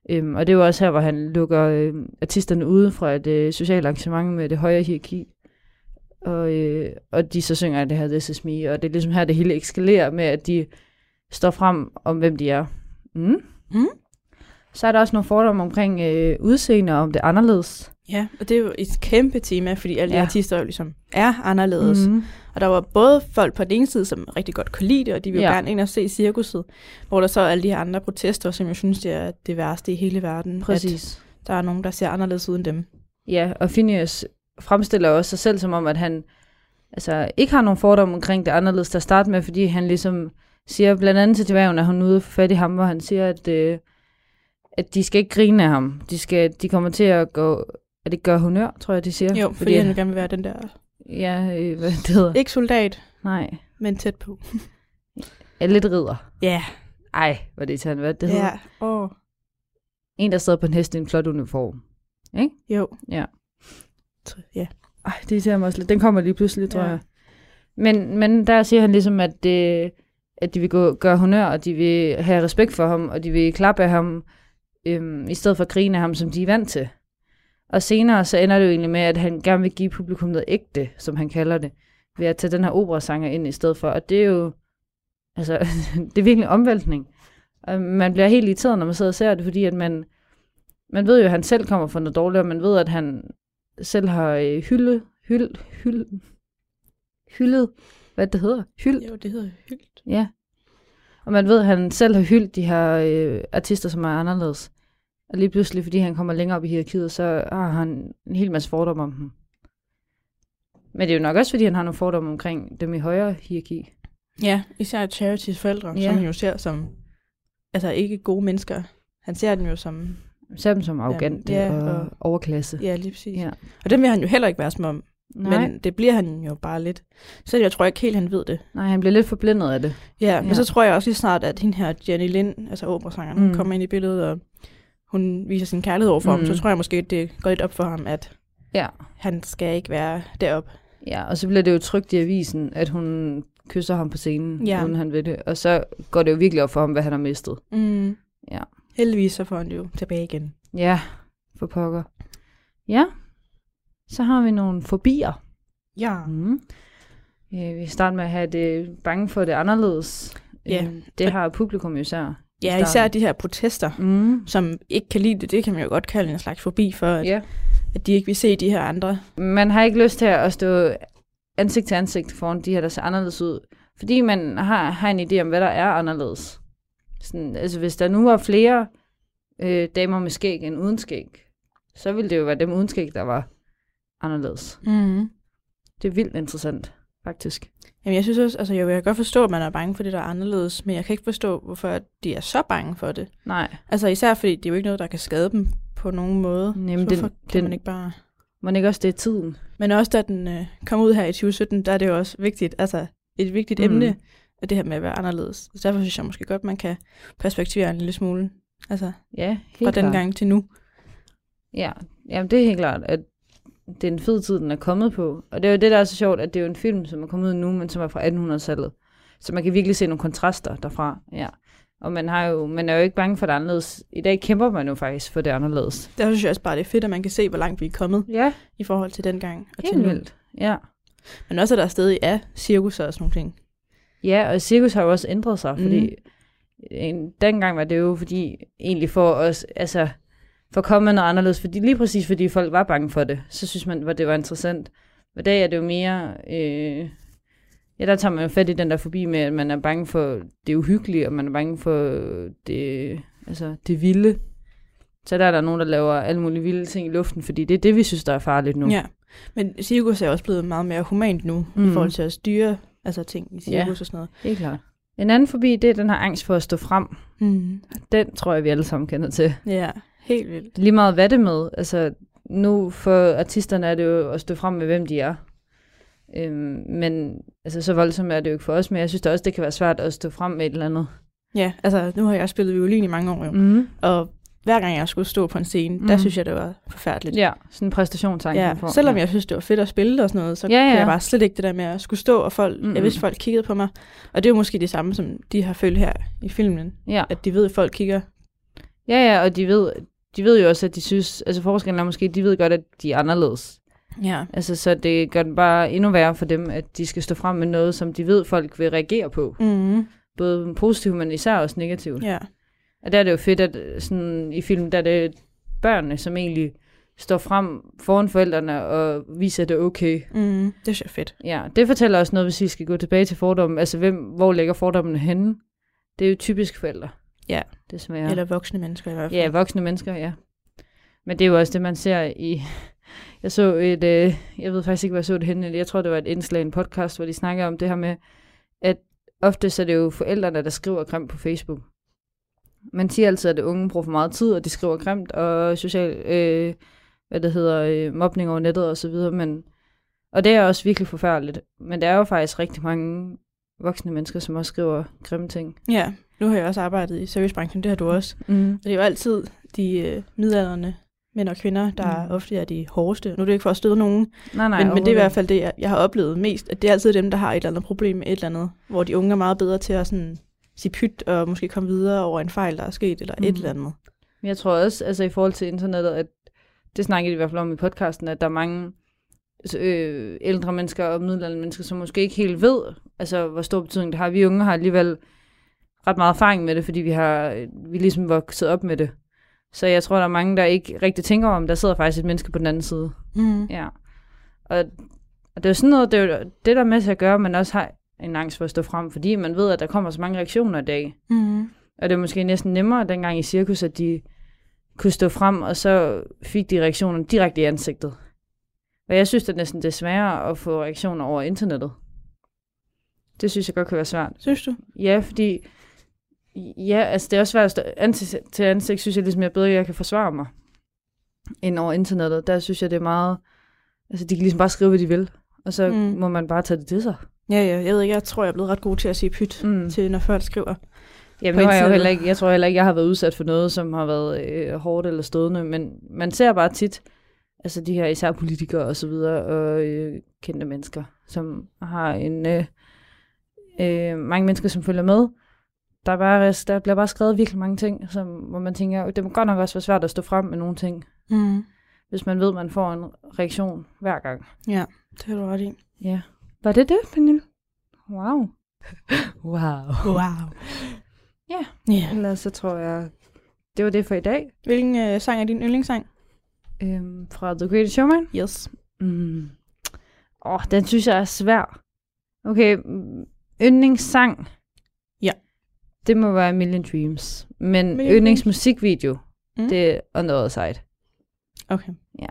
Øhm, og det er jo også her, hvor han lukker øh, artisterne ude fra et øh, socialt arrangement med det højere hierarki. Og, øh, og de så synger det her This Is Me, og det er ligesom her, det hele eskalerer med, at de står frem om, hvem de er. Mm. Mm. Så er der også nogle fordomme omkring øh, udseende, om det er anderledes. Ja, og det er jo et kæmpe tema, fordi alle Ja. de artister jo ligesom er anderledes. Mm. Og der var både folk på den ene side, som rigtig godt kunne lide det, og de vil jo Ja. gerne ind og se cirkuset, hvor der så er alle de her andre protester, som jeg synes, det er det værste i hele verden. Præcis. At der er nogen, der ser anderledes uden dem. Ja, og Phineas fremstiller også sig selv som om, at han altså, ikke har nogen fordomme omkring det anderledes til at starte med, fordi han ligesom siger blandt andet til dværgen, at hun er ude for fat i ham, hvor han siger, at, øh, at de skal ikke grine af ham. De, skal, de kommer til at gå, at det gør honør, tror jeg, de siger. Jo, fordi, fordi han gerne vil være den der... Ja, øh, hvad det hedder. Ikke soldat, Nej. men tæt på. Ja, lidt ridder. Ja. Yeah. Ej, hvad det til han, hvad det Ja. hedder. Åh. En, der sidder på en hest i en flot uniform. Ikke? Jo. Ja. Ja. Ej, det irriterer mig også lidt. Den kommer lige pludselig, tror Ja. jeg. Men, men der siger han ligesom, at, det, at de vil gå, gøre honør, og de vil have respekt for ham, og de vil klappe af ham, øhm, i stedet for at grine af ham, som de er vant til. Og senere så ender det jo egentlig med, at han gerne vil give publikum noget ægte, som han kalder det, ved at tage den her operasanger ind i stedet for. Og det er jo, altså, det er virkelig en omvæltning. Og man bliver helt irriteret, når man sidder og ser det, fordi at man, man ved jo, at han selv kommer fra noget dårligt, og man ved, at han selv har øh, hyldet, hyldet, hyldet, hyldet, hvad det hedder, hyldt. Jo, det hedder hyldt. Ja. Og man ved, at han selv har hyldt de her øh, artister, som er anderledes. Og lige pludselig, fordi han kommer længere op i hierarkiet, så har han en hel masse fordomme om dem. Men det er jo nok også, fordi han har nogle fordomme omkring dem i højere hierarki. Ja, især Charities forældre, Ja. som han jo ser som, altså ikke gode mennesker. Han ser dem jo som... Ser dem som arrogante ja, og, og overklasse. Ja, lige præcis. Ja. Og dem vil han jo heller ikke være som om. Nej. Men det bliver han jo bare lidt. Så jeg tror ikke helt, han ved det. Nej, han bliver lidt forblindet af det. Ja, men Ja. så tror jeg også lige snart, at hende her Jenny Lind, altså operasangeren, Mm. mm. kommer ind i billedet, og hun viser sin kærlighed over for mm. ham, så tror jeg måske, at det går lidt op for ham, at Ja. han skal ikke være deroppe. Ja, og så bliver det jo trykt i avisen, at hun kysser ham på scenen, Ja. uden han ved det. Og så går det jo virkelig op for ham, hvad han har mistet. Mm. Ja. Heldigvis så får han det jo tilbage igen. Ja, for pokker. Ja, så har vi nogle fobier. Ja. Mm. Øh, vi starter med at have det bange for det anderledes. Ja. Øh, det har publikum jo især. i Ja, starten. især de her protester, Mm. som ikke kan lide det, det kan man jo godt kalde en slags fobi for, at, Ja. at de ikke vil se de her andre. Man har ikke lyst til at stå ansigt til ansigt foran de her, der ser anderledes ud. Fordi man har, har en idé om, hvad der er anderledes. Sådan, altså hvis der nu var flere øh, damer med skæg end uden skæg, så ville det jo være dem uden skæg, der var anderledes. Mm. Det er vildt interessant, faktisk. Jamen jeg synes også, altså jeg vil godt forstå, at man er bange for det, der er anderledes, men jeg kan ikke forstå, hvorfor de er så bange for det. Nej. Altså især fordi, det er jo ikke noget, der kan skade dem på nogen måde. Jamen, så hvorfor den- kan den- man ikke bare... Må ikke også det er tiden? Men også da den øh, kom ud her i tyve sytten, der er det jo også vigtigt, altså et vigtigt Mm. mm. emne, at det her med at være anderledes. Så derfor synes jeg måske godt, man kan perspektivere en lille smule, altså Ja, fra helt den klart. gang til nu. Ja, jamen det er helt klart, at det er en fed tid, den er kommet på. Og det er jo det, der er så sjovt, at det er jo en film, som er kommet ud nu, men som er fra attenhundredetallet. Så man kan virkelig se nogle kontraster derfra. Ja. Og man, har jo, man er jo ikke bange for det anderledes. I dag kæmper man jo faktisk for det anderledes. Der synes jeg også bare, det er fedt, at man kan se, hvor langt vi er kommet Ja, i forhold til dengang og til helt nu. vildt. Ja. Men også, at der stadig er cirkus og sådan nogle ting. Ja, og cirkus har jo også ændret sig, fordi Mm. en, dengang var det jo fordi, egentlig for os, altså, for at komme med noget anderledes, fordi lige præcis fordi folk var bange for det, så synes man, at det var interessant. Og i dag er det jo mere, øh, ja, der tager man jo fat i den der forbi med, at man er bange for det uhyggelige, og man er bange for det, altså, det vilde. Så der er der nogen, der laver alle mulige vilde ting i luften, fordi det er det, vi synes, der er farligt nu. Ja, men cirkus er også blevet meget mere humant nu, mm. Mm. i forhold til at styre altså ting i cirkus Ja. og sådan noget. Helt klart. En anden forbi, det er den her angst for at stå frem. Mm. Den tror jeg, vi alle sammen kender til. Ja, helt vildt. Lige meget hvad det med. Altså, nu for artisterne er det jo at stå frem med, hvem de er. Øhm, men altså, så voldsomt er det jo ikke for os, men jeg synes da også, det kan være svært at stå frem med et eller andet. Ja, altså nu har jeg spillet violin i mange år jo, Mm. og hver gang jeg skulle stå på en scene, mm. der synes jeg, det var forfærdeligt. Ja, sådan en præstationsangst. Ja, man får. selvom ja. jeg synes, det var fedt at spille og sådan noget, så Ja, ja. kunne jeg bare slet ikke det der med at skulle stå, og folk, Mm-mm. jeg vidste, folk kiggede på mig. Og det er jo måske det samme, som de har følt her i filmen, Ja, at de ved, at folk kigger. Ja, ja, og de ved, de ved jo også, at de synes, altså forskellen er måske, de ved godt, at de er anderledes. Ja. Altså, så det gør det bare endnu værre for dem, at de skal stå frem med noget, som de ved, folk vil reagere på. Mm. Både positivt, men især også negativt. Ja. Og der er det jo fedt, at sådan, i filmen, der er det børnene, som egentlig står frem foran forældrene og viser, at det er okay. Mm. Det er fedt. Ja, det fortæller også noget, hvis vi skal gå tilbage til fordommen. Altså, hvem, hvor ligger fordommene henne? Det er jo typisk forældre. Ja. Desværre. Eller voksne mennesker i hvert fald. Ja, voksne mennesker, ja. Men det er jo også det, man ser i... Jeg så et... Øh, jeg ved faktisk ikke, hvor jeg så det henne. Jeg tror, det var et indslag i en podcast, hvor de snakker om det her med, at ofte så er det jo forældrene, der skriver grimt på Facebook. Man siger altid, at unge bruger for meget tid, og de skriver grimt, og social... Øh, hvad det hedder, øh, mobning over nettet og så videre, men... Og det er også virkelig forfærdeligt. Men der er jo faktisk rigtig mange voksne mennesker, som også skriver grimme ting. Ja, nu har jeg også arbejdet i servicebranchen, det har du også. Mm. Og det er jo altid de øh, midaldrende mænd og kvinder, der mm. ofte er de hårdeste. Nu er det ikke for at støde nogen, nej, nej, men, men det er i hvert fald det, jeg, jeg har oplevet mest, at det er altid dem, der har et eller andet problem med et eller andet, hvor de unge er meget bedre til at sådan, sige pyt og måske komme videre over en fejl, der er sket, eller mm. et eller andet. Men jeg tror også, altså i forhold til internettet, at det snakkede de i hvert fald om i podcasten, at der er mange øh, ældre mennesker og middelaldrende mennesker, som måske ikke helt ved, altså hvor stor betydning det har. Vi unge har alligevel ret meget erfaring med det, fordi vi har vi er ligesom vokset op med det. Så jeg tror, der er mange, der ikke rigtig tænker om, der sidder faktisk et menneske på den anden side. Mm. Ja. Og, og det er jo sådan noget, det er jo det, der er med til at gøre, at man også har en angst for at stå frem, fordi man ved, at der kommer så mange reaktioner i dag. Mm. Og det er måske næsten nemmere dengang i cirkus, at de kunne stå frem, og så fik de reaktioner direkte i ansigtet. Og jeg synes, det er næsten det er sværere at få reaktioner over internettet. Det synes jeg godt kan være svært. Synes du? Ja, fordi ja, altså det er også svært at stå ansigt til ansigt, synes jeg ligesom, jeg bedre, jeg kan forsvare mig end over internettet. Der synes jeg, det er meget... Altså, de kan ligesom bare skrive, hvad de vil, og så mm. må man bare tage det til sig. Ja, ja, jeg ved ikke, jeg tror, jeg er blevet ret god til at sige pyt mm. til, når folk skriver. Jamen, nu er jeg, jo heller ikke, jeg tror heller ikke, jeg har været udsat for noget, som har været øh, hårdt eller stødende, men man ser bare tit, altså de her især politikere og så videre, og øh, kendte mennesker, som har en... Øh, øh, mange mennesker, som følger med. Der, er bare, der bliver bare skrevet virkelig mange ting, som, hvor man tænker, det må godt nok også være svært at stå frem med nogle ting, mm. hvis man ved, at man får en reaktion hver gang. Ja, det har du ret i. Ja. Var det det, Pernille? Wow. wow. Wow. Ja, yeah. Ellers så tror jeg, det var det for i dag. Hvilken øh, sang er din yndlingssang? Øhm, fra The Greatest Showman? Yes. Mm. Åh, den synes jeg er svær. Okay, yndlingssang. Ja. Det må være Million Dreams. Men Million yndlingsmusikvideo, mm. det er On the Other Side. Okay. Ja.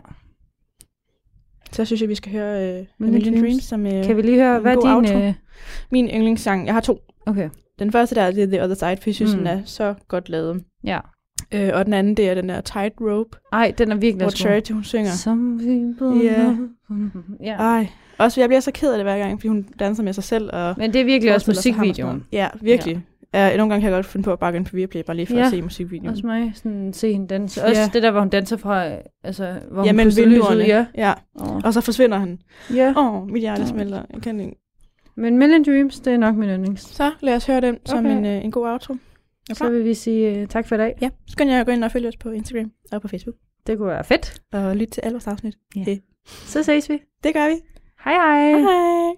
Så synes jeg, vi skal høre øh, Million, Million Dreams. Dreams. Som, øh, kan vi lige høre, hvad er din... Øh... Min yndlingssang, jeg har to. Okay. Den første der, det er The Other Side, for jeg synes, mm. den er så godt lavet. Ja. Øh, og den anden, det er den der Tightrope. Ej, den er virkelig hvor Charity, hun synger. Some people yeah. ja. Ej. Også, jeg bliver så ked af det hver gang, fordi hun danser med sig selv. Og men det er virkelig også musikvideoen. Ja, virkelig. Ja. Uh, nogle gange kan jeg godt finde på at bakke ind på Viaplay, bare lige for ja. at se musikvideoen. Også mig, sådan se hende danse. Også ja. det der, hvor hun danser fra, altså, hvor ja, hun mellem vinduerne. Ja, ja. Oh. Og så forsvinder han. Ja. Åh, oh, mit hjerte oh. smelter. Jeg kan ikke. Men Million Dreams, det er nok min yndlings. Så lad os høre den som okay. en, uh, en god outro. Så vil vi sige uh, tak for i dag. Ja, så kan jeg gå ind og følge os på Instagram og på Facebook. Det kunne være fedt. Og lytte til alle vores afsnit. Ja. Okay. Så ses vi. Det gør vi. Hej hej. Hej hej.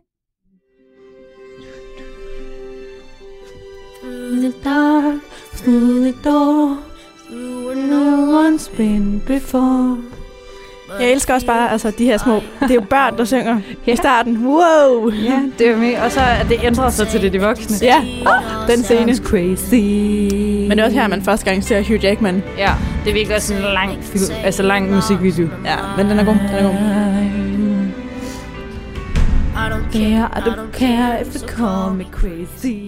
Through the dark, through the door, through where no one's been before. Jeg elsker også bare altså, de her små... Det er jo børn, der synger ja. I starten. Wow! Ja, det er jo med. Og så er det ændrer sig til det de voksne. Ja, oh, den scene. Crazy. Men det er også her, man første gang ser Hugh Jackman. Ja, det er virkelig også en lang, film, altså lang musikvideo. Ja, men den er god. Den er god. I don't care, I don't care if you call me crazy.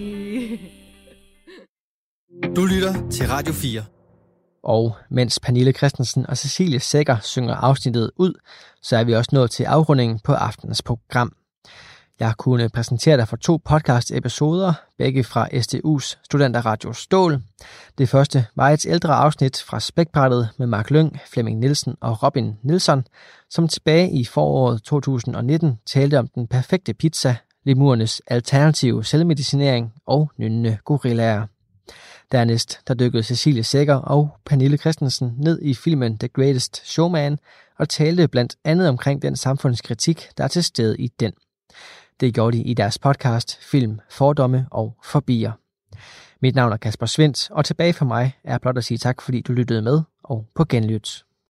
Du lytter til Radio fire. Og mens Pernille Christensen og Cecilie Sækker synger afsnittet ud, så er vi også nået til afrundingen på aftenens program. Jeg har kunnet præsentere dig for to podcast-episoder, begge fra S D U's Studenterradio Stål. Det første var et ældre afsnit fra Spækbrættet med Mark Lyng, Flemming Nielsen og Robin Nilsson, som tilbage i foråret to tusind nitten talte om den perfekte pizza, lemurernes alternative selvmedicinering og nynnende gorillaer. Dernæst der dykkede Cecilie Sækker og Pernille Christensen ned i filmen The Greatest Showman og talte blandt andet omkring den samfundskritik, der er til stede i den. Det gjorde de i deres podcast Film, Fordomme og Forbier. Mit navn er Kasper Svendt, og tilbage for mig er blot at sige tak, fordi du lyttede med, og på genlyt.